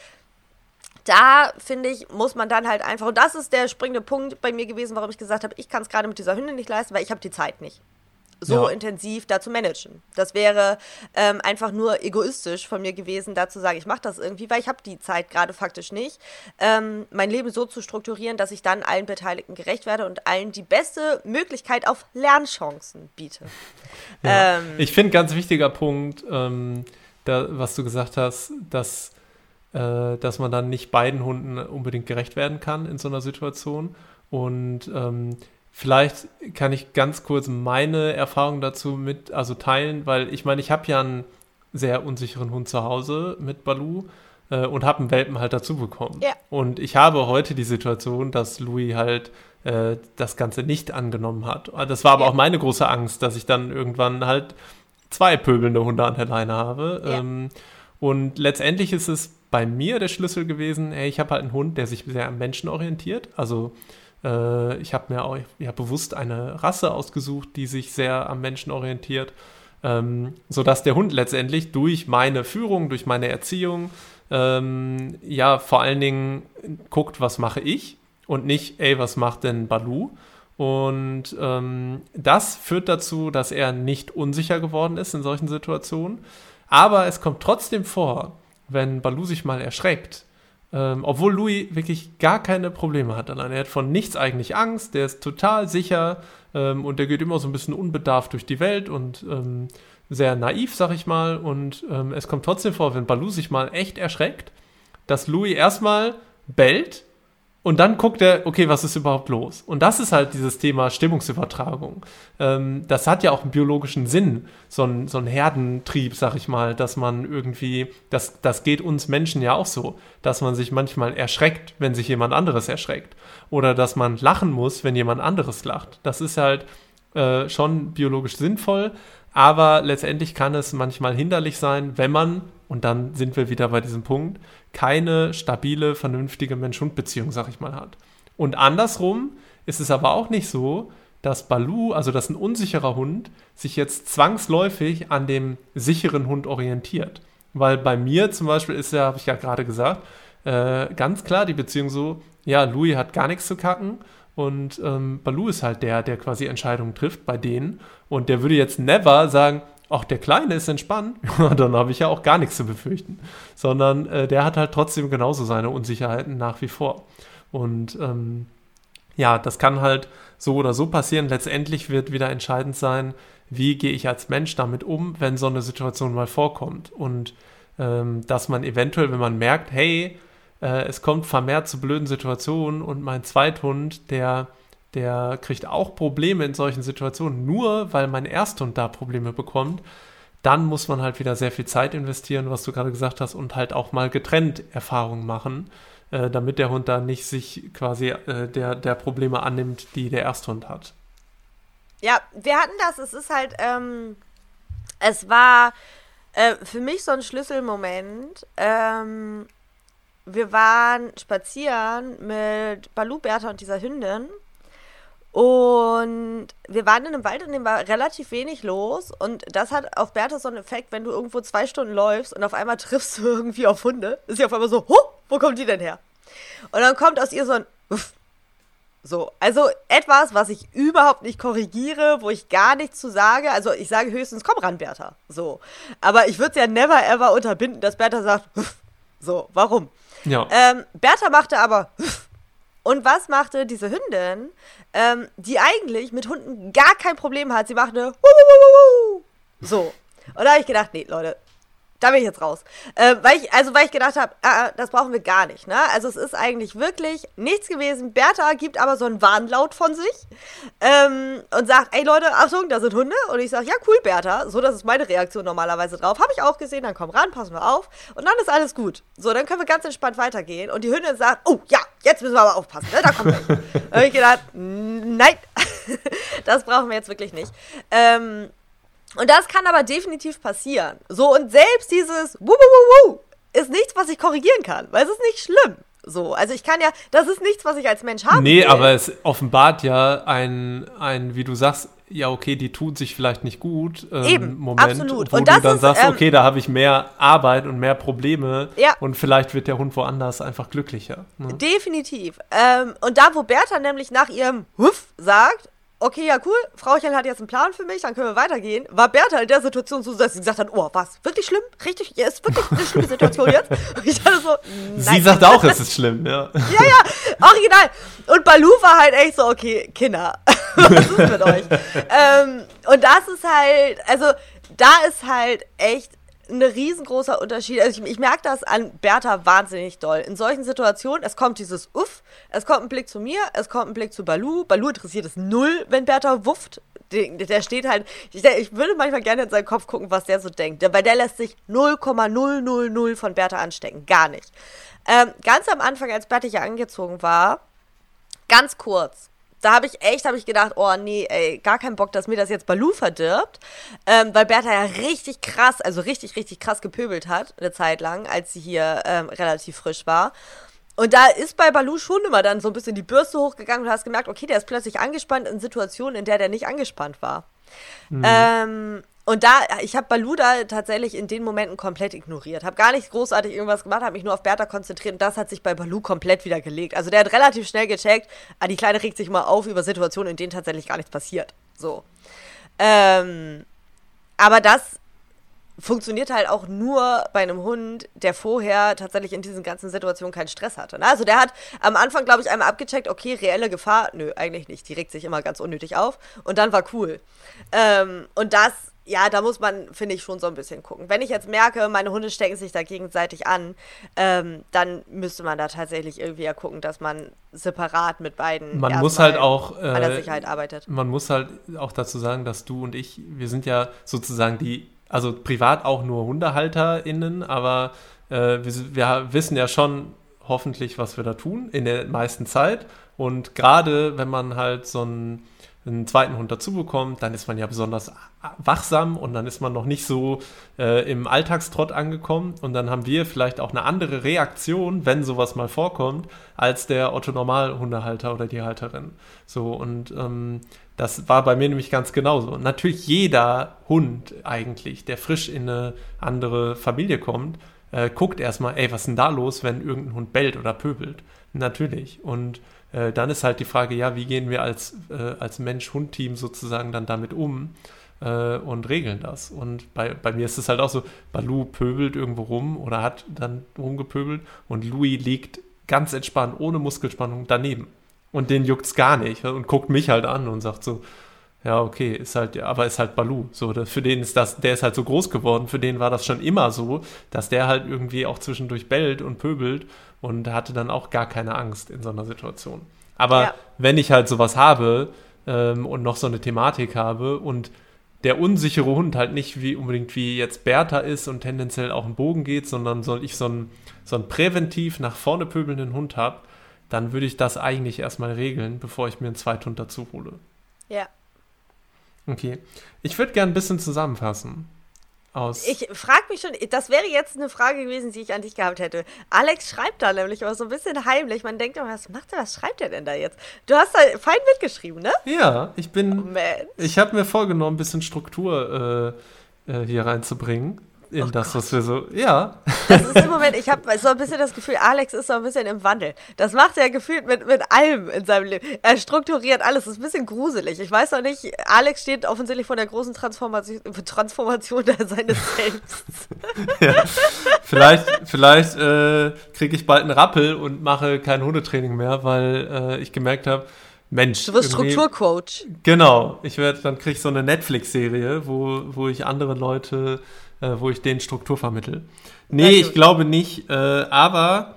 S4: da, finde ich, muss man dann halt einfach, und das ist der springende Punkt bei mir gewesen, warum ich gesagt habe, ich kann es gerade mit dieser Hündin nicht leisten, weil ich habe die Zeit nicht. So intensiv da zu managen. Das wäre einfach nur egoistisch von mir gewesen, da zu sagen, ich mache das irgendwie, weil ich habe die Zeit gerade faktisch nicht, mein Leben so zu strukturieren, dass ich dann allen Beteiligten gerecht werde und allen die beste Möglichkeit auf Lernchancen biete.
S2: Ja. Ich finde, ganz wichtiger Punkt, was du gesagt hast, dass man dann nicht beiden Hunden unbedingt gerecht werden kann in so einer Situation. Und vielleicht kann ich ganz kurz meine Erfahrung dazu teilen, weil ich meine, ich habe ja einen sehr unsicheren Hund zu Hause mit Baloo und habe einen Welpen halt dazu bekommen. Ja. Und ich habe heute die Situation, dass Louis halt das Ganze nicht angenommen hat. Das war aber auch meine große Angst, dass ich dann irgendwann halt 2 pöbelnde Hunde an der Leine habe. Ja. Und letztendlich ist es bei mir der Schlüssel gewesen, ich habe halt einen Hund, der sich sehr am Menschen orientiert. Also ich habe mir auch bewusst eine Rasse ausgesucht, die sich sehr am Menschen orientiert, sodass der Hund letztendlich durch meine Führung, durch meine Erziehung, vor allen Dingen guckt, was mache ich und nicht, was macht denn Baloo? Und das führt dazu, dass er nicht unsicher geworden ist in solchen Situationen. Aber es kommt trotzdem vor, wenn Baloo sich mal erschreckt, obwohl Louis wirklich gar keine Probleme hat allein. Er hat von nichts eigentlich Angst, der ist total sicher und der geht immer so ein bisschen unbedarft durch die Welt und sehr naiv, sag ich mal. Und es kommt trotzdem vor, wenn Baloo sich mal echt erschreckt, dass Louis erstmal bellt und dann guckt er, okay, was ist überhaupt los? Und das ist halt dieses Thema Stimmungsübertragung. Das hat ja auch einen biologischen Sinn, so ein Herdentrieb, sag ich mal, dass man irgendwie, das geht uns Menschen ja auch so, dass man sich manchmal erschreckt, wenn sich jemand anderes erschreckt. Oder dass man lachen muss, wenn jemand anderes lacht. Das ist halt schon biologisch sinnvoll, aber letztendlich kann es manchmal hinderlich sein, wenn man, und dann sind wir wieder bei diesem Punkt, keine stabile, vernünftige Mensch-Hund-Beziehung, sag ich mal, hat. Und andersrum ist es aber auch nicht so, dass Baloo, also dass ein unsicherer Hund, sich jetzt zwangsläufig an dem sicheren Hund orientiert. Weil bei mir zum Beispiel ist ja, habe ich ja gerade gesagt, ganz klar die Beziehung so, ja, Louis hat gar nichts zu kacken und Baloo ist halt der quasi Entscheidungen trifft bei denen. Und der würde jetzt never sagen, ach, der Kleine ist entspannt, dann habe ich ja auch gar nichts zu befürchten. Sondern der hat halt trotzdem genauso seine Unsicherheiten nach wie vor. Und das kann halt so oder so passieren. Letztendlich wird wieder entscheidend sein, wie gehe ich als Mensch damit um, wenn so eine Situation mal vorkommt. Und dass man eventuell, wenn man merkt, hey, es kommt vermehrt zu blöden Situationen und mein Zweithund, der kriegt auch Probleme in solchen Situationen, nur weil mein Ersthund da Probleme bekommt. Dann muss man halt wieder sehr viel Zeit investieren, was du gerade gesagt hast, und halt auch mal getrennt Erfahrungen machen, damit der Hund da nicht sich quasi der Probleme annimmt, die der Ersthund hat.
S4: Ja, wir hatten das. Es ist halt, es war für mich so ein Schlüsselmoment. Wir waren spazieren mit Balu, Bertha und dieser Hündin. Und wir waren in einem Wald, in dem war relativ wenig los. Und das hat auf Bertha so einen Effekt, wenn du irgendwo 2 Stunden läufst und auf einmal triffst du irgendwie auf Hunde. Ist sie auf einmal so, wo kommt die denn her? Und dann kommt aus ihr so ein Uff. So, also etwas, was ich überhaupt nicht korrigiere, wo ich gar nichts zu sage. Also ich sage höchstens, komm ran, Bertha. So, aber ich würde es ja never ever unterbinden, dass Bertha sagt, Uff. So, warum?
S2: Ja.
S4: Bertha machte aber Uff. Und was machte diese Hündin, die eigentlich mit Hunden gar kein Problem hat? Sie machte Wuh. So. Und da habe ich gedacht, nee, Leute, da bin ich jetzt raus. Weil ich gedacht habe, das brauchen wir gar nicht. Ne? Also es ist eigentlich wirklich nichts gewesen. Bertha gibt aber so einen Warnlaut von sich und sagt, ey Leute, Achtung, da sind Hunde. Und ich sage, ja cool, Bertha. So, das ist meine Reaktion normalerweise drauf. Habe ich auch gesehen, dann komm ran, passen wir auf. Und dann ist alles gut. So, dann können wir ganz entspannt weitergehen. Und die Hündin sagt, oh ja, jetzt müssen wir aber aufpassen. Ne? Da kommt welche. Da habe ich gedacht, nein, das brauchen wir jetzt wirklich nicht. Und das kann aber definitiv passieren. So, und selbst dieses Wuh ist nichts, was ich korrigieren kann, weil es ist nicht schlimm. So, also ich kann ja, das ist nichts, was ich als Mensch habe.
S2: Nee, aber es offenbart ja ein, wie du sagst, ja okay, die tut sich vielleicht nicht gut.
S4: Eben,
S2: Moment,
S4: absolut.
S2: Wo
S4: und
S2: du
S4: das
S2: dann
S4: ist,
S2: sagst, okay, da habe ich mehr Arbeit und mehr Probleme.
S4: Ja.
S2: Und vielleicht wird der Hund woanders einfach glücklicher. Ne?
S4: Definitiv. Und da, wo Bertha nämlich nach ihrem Huff sagt, okay, ja cool, Frauchen hat jetzt einen Plan für mich, dann können wir weitergehen, war Bertha in der Situation so, dass sie gesagt hat, oh, was, wirklich schlimm? Richtig, ja, ist wirklich eine schlimme Situation jetzt? Und ich dachte so, nein.
S2: Sie sagt auch, es ist schlimm, ja.
S4: Ja, original. Und Balu war halt echt so, okay, Kinder, was ist mit euch? Und das ist halt, also da ist halt echt ein riesengroßer Unterschied. Also ich merke das an Bertha wahnsinnig doll. In solchen Situationen, es kommt dieses Uff, es kommt ein Blick zu mir, es kommt ein Blick zu Balu. Balu interessiert es null, wenn Bertha wufft. Der steht halt, ich würde manchmal gerne in seinen Kopf gucken, was der so denkt. Weil der lässt sich 0,000 von Bertha anstecken. Gar nicht. Ganz am Anfang, als Bertha hier angezogen war, ganz kurz, da habe ich gedacht, oh nee, ey, gar keinen Bock, dass mir das jetzt Balu verdirbt, weil Bertha ja richtig krass, also richtig, richtig krass gepöbelt hat, eine Zeit lang, als sie hier relativ frisch war. Und da ist bei Balu schon immer dann so ein bisschen die Bürste hochgegangen und du hast gemerkt, okay, der ist plötzlich angespannt in Situationen, in der der nicht angespannt war. Mhm. Und ich habe Balu da tatsächlich in den Momenten komplett ignoriert. Habe gar nicht großartig irgendwas gemacht, habe mich nur auf Bertha konzentriert und das hat sich bei Balu komplett wieder gelegt. Also der hat relativ schnell gecheckt, die Kleine regt sich mal auf über Situationen, in denen tatsächlich gar nichts passiert. So. Aber das funktioniert halt auch nur bei einem Hund, der vorher tatsächlich in diesen ganzen Situationen keinen Stress hatte. Ne? Also der hat am Anfang, glaube ich, einmal abgecheckt, okay, reelle Gefahr, nö, eigentlich nicht. Die regt sich immer ganz unnötig auf und dann war cool. Und das, ja, da muss man, finde ich, schon so ein bisschen gucken. Wenn ich jetzt merke, meine Hunde stecken sich da gegenseitig an, dann müsste man da tatsächlich irgendwie ja gucken, dass man separat mit beiden
S2: man muss halt auch
S4: an der Sicherheit arbeitet.
S2: Man muss halt auch dazu sagen, dass du und ich, wir sind ja sozusagen also privat auch nur HundehalterInnen, aber wir wissen ja schon hoffentlich, was wir da tun, in der meisten Zeit. Und gerade wenn man halt so einen zweiten Hund dazu bekommt, dann ist man ja besonders wachsam und dann ist man noch nicht so im Alltagstrott angekommen und dann haben wir vielleicht auch eine andere Reaktion, wenn sowas mal vorkommt, als der Otto-Normal-Hundehalter oder die Halterin. So, und das war bei mir nämlich ganz genauso. Und natürlich jeder Hund eigentlich, der frisch in eine andere Familie kommt, guckt erstmal, ey, was ist denn da los, wenn irgendein Hund bellt oder pöbelt? Natürlich. Und dann ist halt die Frage, ja, wie gehen wir als Mensch-Hund-Team sozusagen dann damit um und regeln das? Und bei mir ist es halt auch so, Balu pöbelt irgendwo rum oder hat dann rumgepöbelt und Louis liegt ganz entspannt, ohne Muskelspannung daneben. Und den juckt's gar nicht und guckt mich halt an und sagt so, Ja, okay, ist halt Baloo. So, für den der ist halt so groß geworden, für den war das schon immer so, dass der halt irgendwie auch zwischendurch bellt und pöbelt und hatte dann auch gar keine Angst in so einer Situation. Aber wenn ich halt sowas habe und noch so eine Thematik habe und der unsichere Hund halt nicht unbedingt wie jetzt Bertha ist und tendenziell auch im Bogen geht, sondern soll ich so einen präventiv nach vorne pöbelnden Hund habe, dann würde ich das eigentlich erstmal regeln, bevor ich mir einen Zweithund dazu hole.
S4: Ja.
S2: Okay. Ich würde gerne ein bisschen zusammenfassen.
S4: Ich frage mich schon, das wäre jetzt eine Frage gewesen, die ich an dich gehabt hätte. Alex schreibt da nämlich aber so ein bisschen heimlich. Man denkt immer, was schreibt er denn da jetzt? Du hast da fein mitgeschrieben, ne?
S2: Ja, ich habe mir vorgenommen, ein bisschen Struktur hier reinzubringen. In das, was wir so, ja.
S4: Das ist im Moment, ich habe so ein bisschen das Gefühl, Alex ist so ein bisschen im Wandel. Das macht er gefühlt mit allem in seinem Leben. Er strukturiert alles, das ist ein bisschen gruselig. Ich weiß noch nicht, Alex steht offensichtlich vor der großen Transformation seines Selbst.
S2: Ja. Vielleicht kriege ich bald einen Rappel und mache kein Hundetraining mehr, weil ich gemerkt habe, Mensch.
S4: Du wirst Strukturcoach.
S2: Genau, dann kriege ich so eine Netflix-Serie, wo ich andere Leute wo ich denen Struktur vermittle. Nee, ich glaube nicht, aber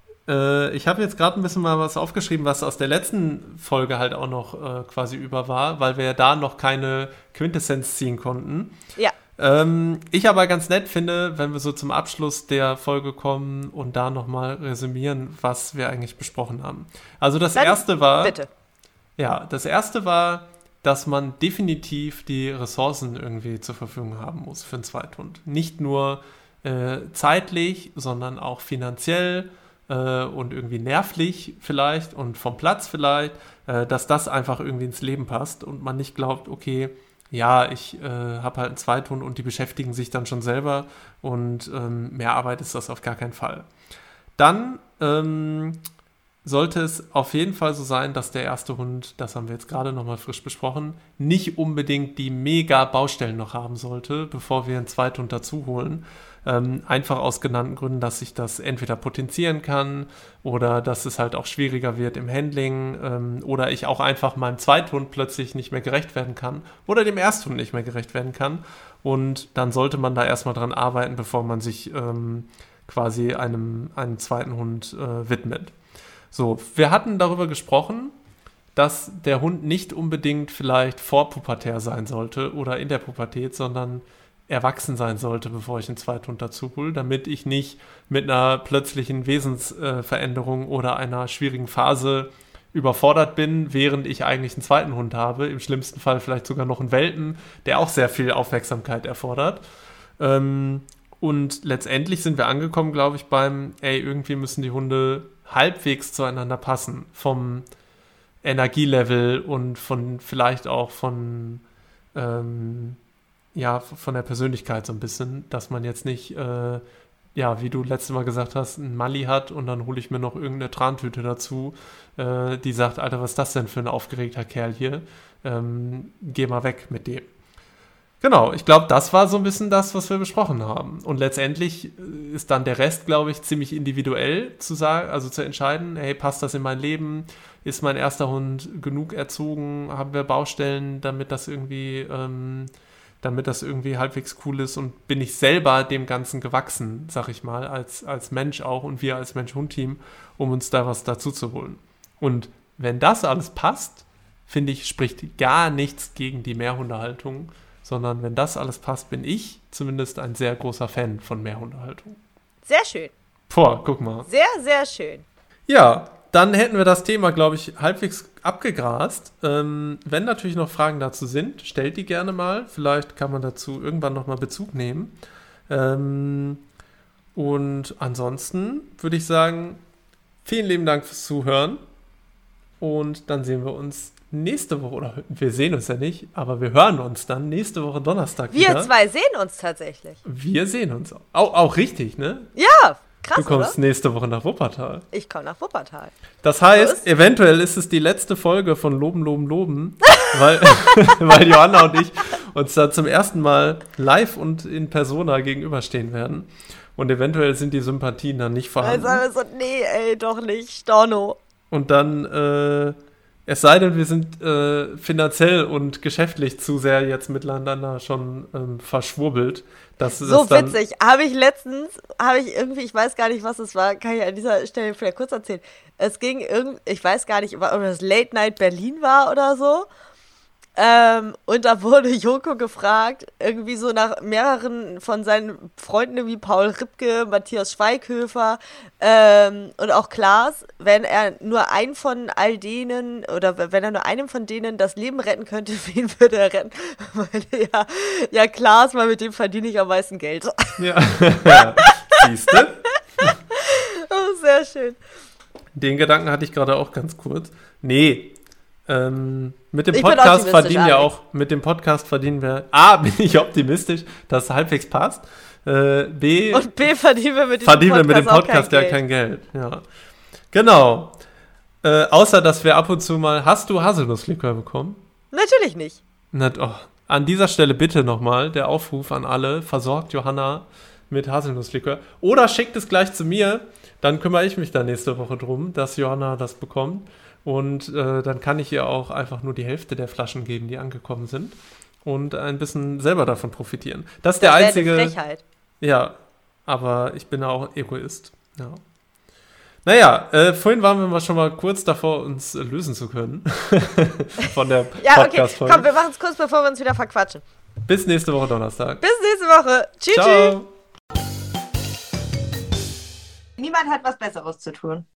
S2: ich habe jetzt gerade ein bisschen mal was aufgeschrieben, was aus der letzten Folge halt auch noch quasi über war, weil wir ja da noch keine Quintessenz ziehen konnten.
S4: Ja.
S2: Ich aber ganz nett finde, wenn wir so zum Abschluss der Folge kommen und da nochmal resümieren, was wir eigentlich besprochen haben. Also das erste war...
S4: Bitte.
S2: Ja, das erste war, dass man definitiv die Ressourcen irgendwie zur Verfügung haben muss für einen Zweithund. Nicht nur zeitlich, sondern auch finanziell und irgendwie nervlich vielleicht und vom Platz vielleicht, dass das einfach irgendwie ins Leben passt und man nicht glaubt, okay, ja, ich habe halt einen Zweithund und die beschäftigen sich dann schon selber und mehr Arbeit ist das auf gar keinen Fall. Dann sollte es auf jeden Fall so sein, dass der erste Hund, das haben wir jetzt gerade nochmal frisch besprochen, nicht unbedingt die mega Baustellen noch haben sollte, bevor wir einen Zweithund dazu holen. Einfach aus genannten Gründen, dass sich das entweder potenzieren kann oder dass es halt auch schwieriger wird im Handling oder ich auch einfach meinem Zweithund plötzlich nicht mehr gerecht werden kann oder dem Ersthund nicht mehr gerecht werden kann. Und dann sollte man da erstmal dran arbeiten, bevor man sich quasi einem zweiten Hund widmet. So, wir hatten darüber gesprochen, dass der Hund nicht unbedingt vielleicht vorpubertär sein sollte oder in der Pubertät, sondern erwachsen sein sollte, bevor ich einen Zweithund dazu hole, damit ich nicht mit einer plötzlichen Wesensveränderung oder einer schwierigen Phase überfordert bin, während ich eigentlich einen zweiten Hund habe, im schlimmsten Fall vielleicht sogar noch einen Welpen, der auch sehr viel Aufmerksamkeit erfordert. Und letztendlich sind wir angekommen, glaube ich, irgendwie müssen die Hunde halbwegs zueinander passen, vom Energielevel und vielleicht auch von der Persönlichkeit so ein bisschen, dass man jetzt nicht, wie du letztes Mal gesagt hast, einen Mali hat und dann hole ich mir noch irgendeine Trantüte dazu, die sagt, Alter, was ist das denn für ein aufgeregter Kerl hier? Geh mal weg mit dem. Genau, ich glaube, das war so ein bisschen das, was wir besprochen haben. Und letztendlich ist dann der Rest, glaube ich, ziemlich individuell zu sagen, also zu entscheiden, hey, passt das in mein Leben? Ist mein erster Hund genug erzogen? Haben wir Baustellen, damit das irgendwie halbwegs cool ist? Und bin ich selber dem Ganzen gewachsen, sag ich mal, als Mensch auch und wir als Mensch-Hund-Team, um uns da was dazu zu holen? Und wenn das alles passt, finde ich, spricht gar nichts gegen die Mehrhundehaltung, sondern wenn das alles passt, bin ich zumindest ein sehr großer Fan von Mehrhundehaltung.
S4: Sehr schön.
S2: Boah, guck mal.
S4: Sehr, sehr schön.
S2: Ja, dann hätten wir das Thema, glaube ich, halbwegs abgegrast. Wenn natürlich noch Fragen dazu sind, stellt die gerne mal. Vielleicht kann man dazu irgendwann nochmal Bezug nehmen. Und ansonsten würde ich sagen, vielen lieben Dank fürs Zuhören. Und dann sehen wir uns nächste Woche, oder wir sehen uns ja nicht, aber wir hören uns dann nächste Woche Donnerstag wieder.
S4: Wir zwei sehen uns tatsächlich.
S2: Wir sehen uns. Auch richtig, ne?
S4: Ja, krass,
S2: du kommst
S4: oder?
S2: nächste Woche nach Wuppertal.
S4: Ich komme nach Wuppertal.
S2: Das heißt, eventuell ist es die letzte Folge von Loben, Loben, Loben, weil Johanna und ich uns da zum ersten Mal live und in Persona gegenüberstehen werden. Und eventuell sind die Sympathien dann nicht vorhanden.
S4: Also, nee, ey, doch nicht, Storno.
S2: Und dann Es sei denn, wir sind finanziell und geschäftlich zu sehr jetzt miteinander schon verschwurbelt.
S4: So dann witzig. Habe ich irgendwie, ich weiß gar nicht, was es war, kann ich an dieser Stelle vielleicht kurz erzählen. Es ging ich weiß gar nicht, ob das Late Night Berlin war oder so. Und da wurde Joko gefragt, irgendwie so nach mehreren von seinen Freunden wie Paul Ripke, Matthias Schweighöfer und auch Klaas, wenn er nur einen von all denen oder wenn er nur einem von denen das Leben retten könnte, wen würde er retten? Weil ja Klaas, weil mit dem verdiene ich am meisten Geld.
S2: Ja, siehst du?
S4: Oh, sehr schön.
S2: Den Gedanken hatte ich gerade auch ganz kurz. Nee, mit dem Podcast verdienen wir auch, mit dem Podcast verdienen wir, A, bin ich optimistisch, dass es halbwegs passt, B,
S4: verdienen wir mit dem Podcast
S2: ja kein Geld. Ja. Genau. Außer, dass wir ab und zu mal, hast du Haselnusslikör bekommen?
S4: Natürlich nicht.
S2: An dieser Stelle bitte nochmal der Aufruf an alle, versorgt Johanna mit Haselnusslikör oder schickt es gleich zu mir, dann kümmere ich mich da nächste Woche drum, dass Johanna das bekommt. Und dann kann ich ihr auch einfach nur die Hälfte der Flaschen geben, die angekommen sind. Und ein bisschen selber davon profitieren. Das ist der einzige.
S4: Eine Frechheit.
S2: Ja, aber ich bin auch Egoist. Ja. Naja, vorhin waren wir schon mal kurz davor, uns lösen zu können. Von der Podcast-Folge.
S4: Komm, wir machen es kurz, bevor wir uns wieder verquatschen.
S2: Bis nächste Woche Donnerstag.
S4: Bis nächste Woche. Tschüss.
S2: Ciao.
S1: Niemand hat was Besseres zu tun.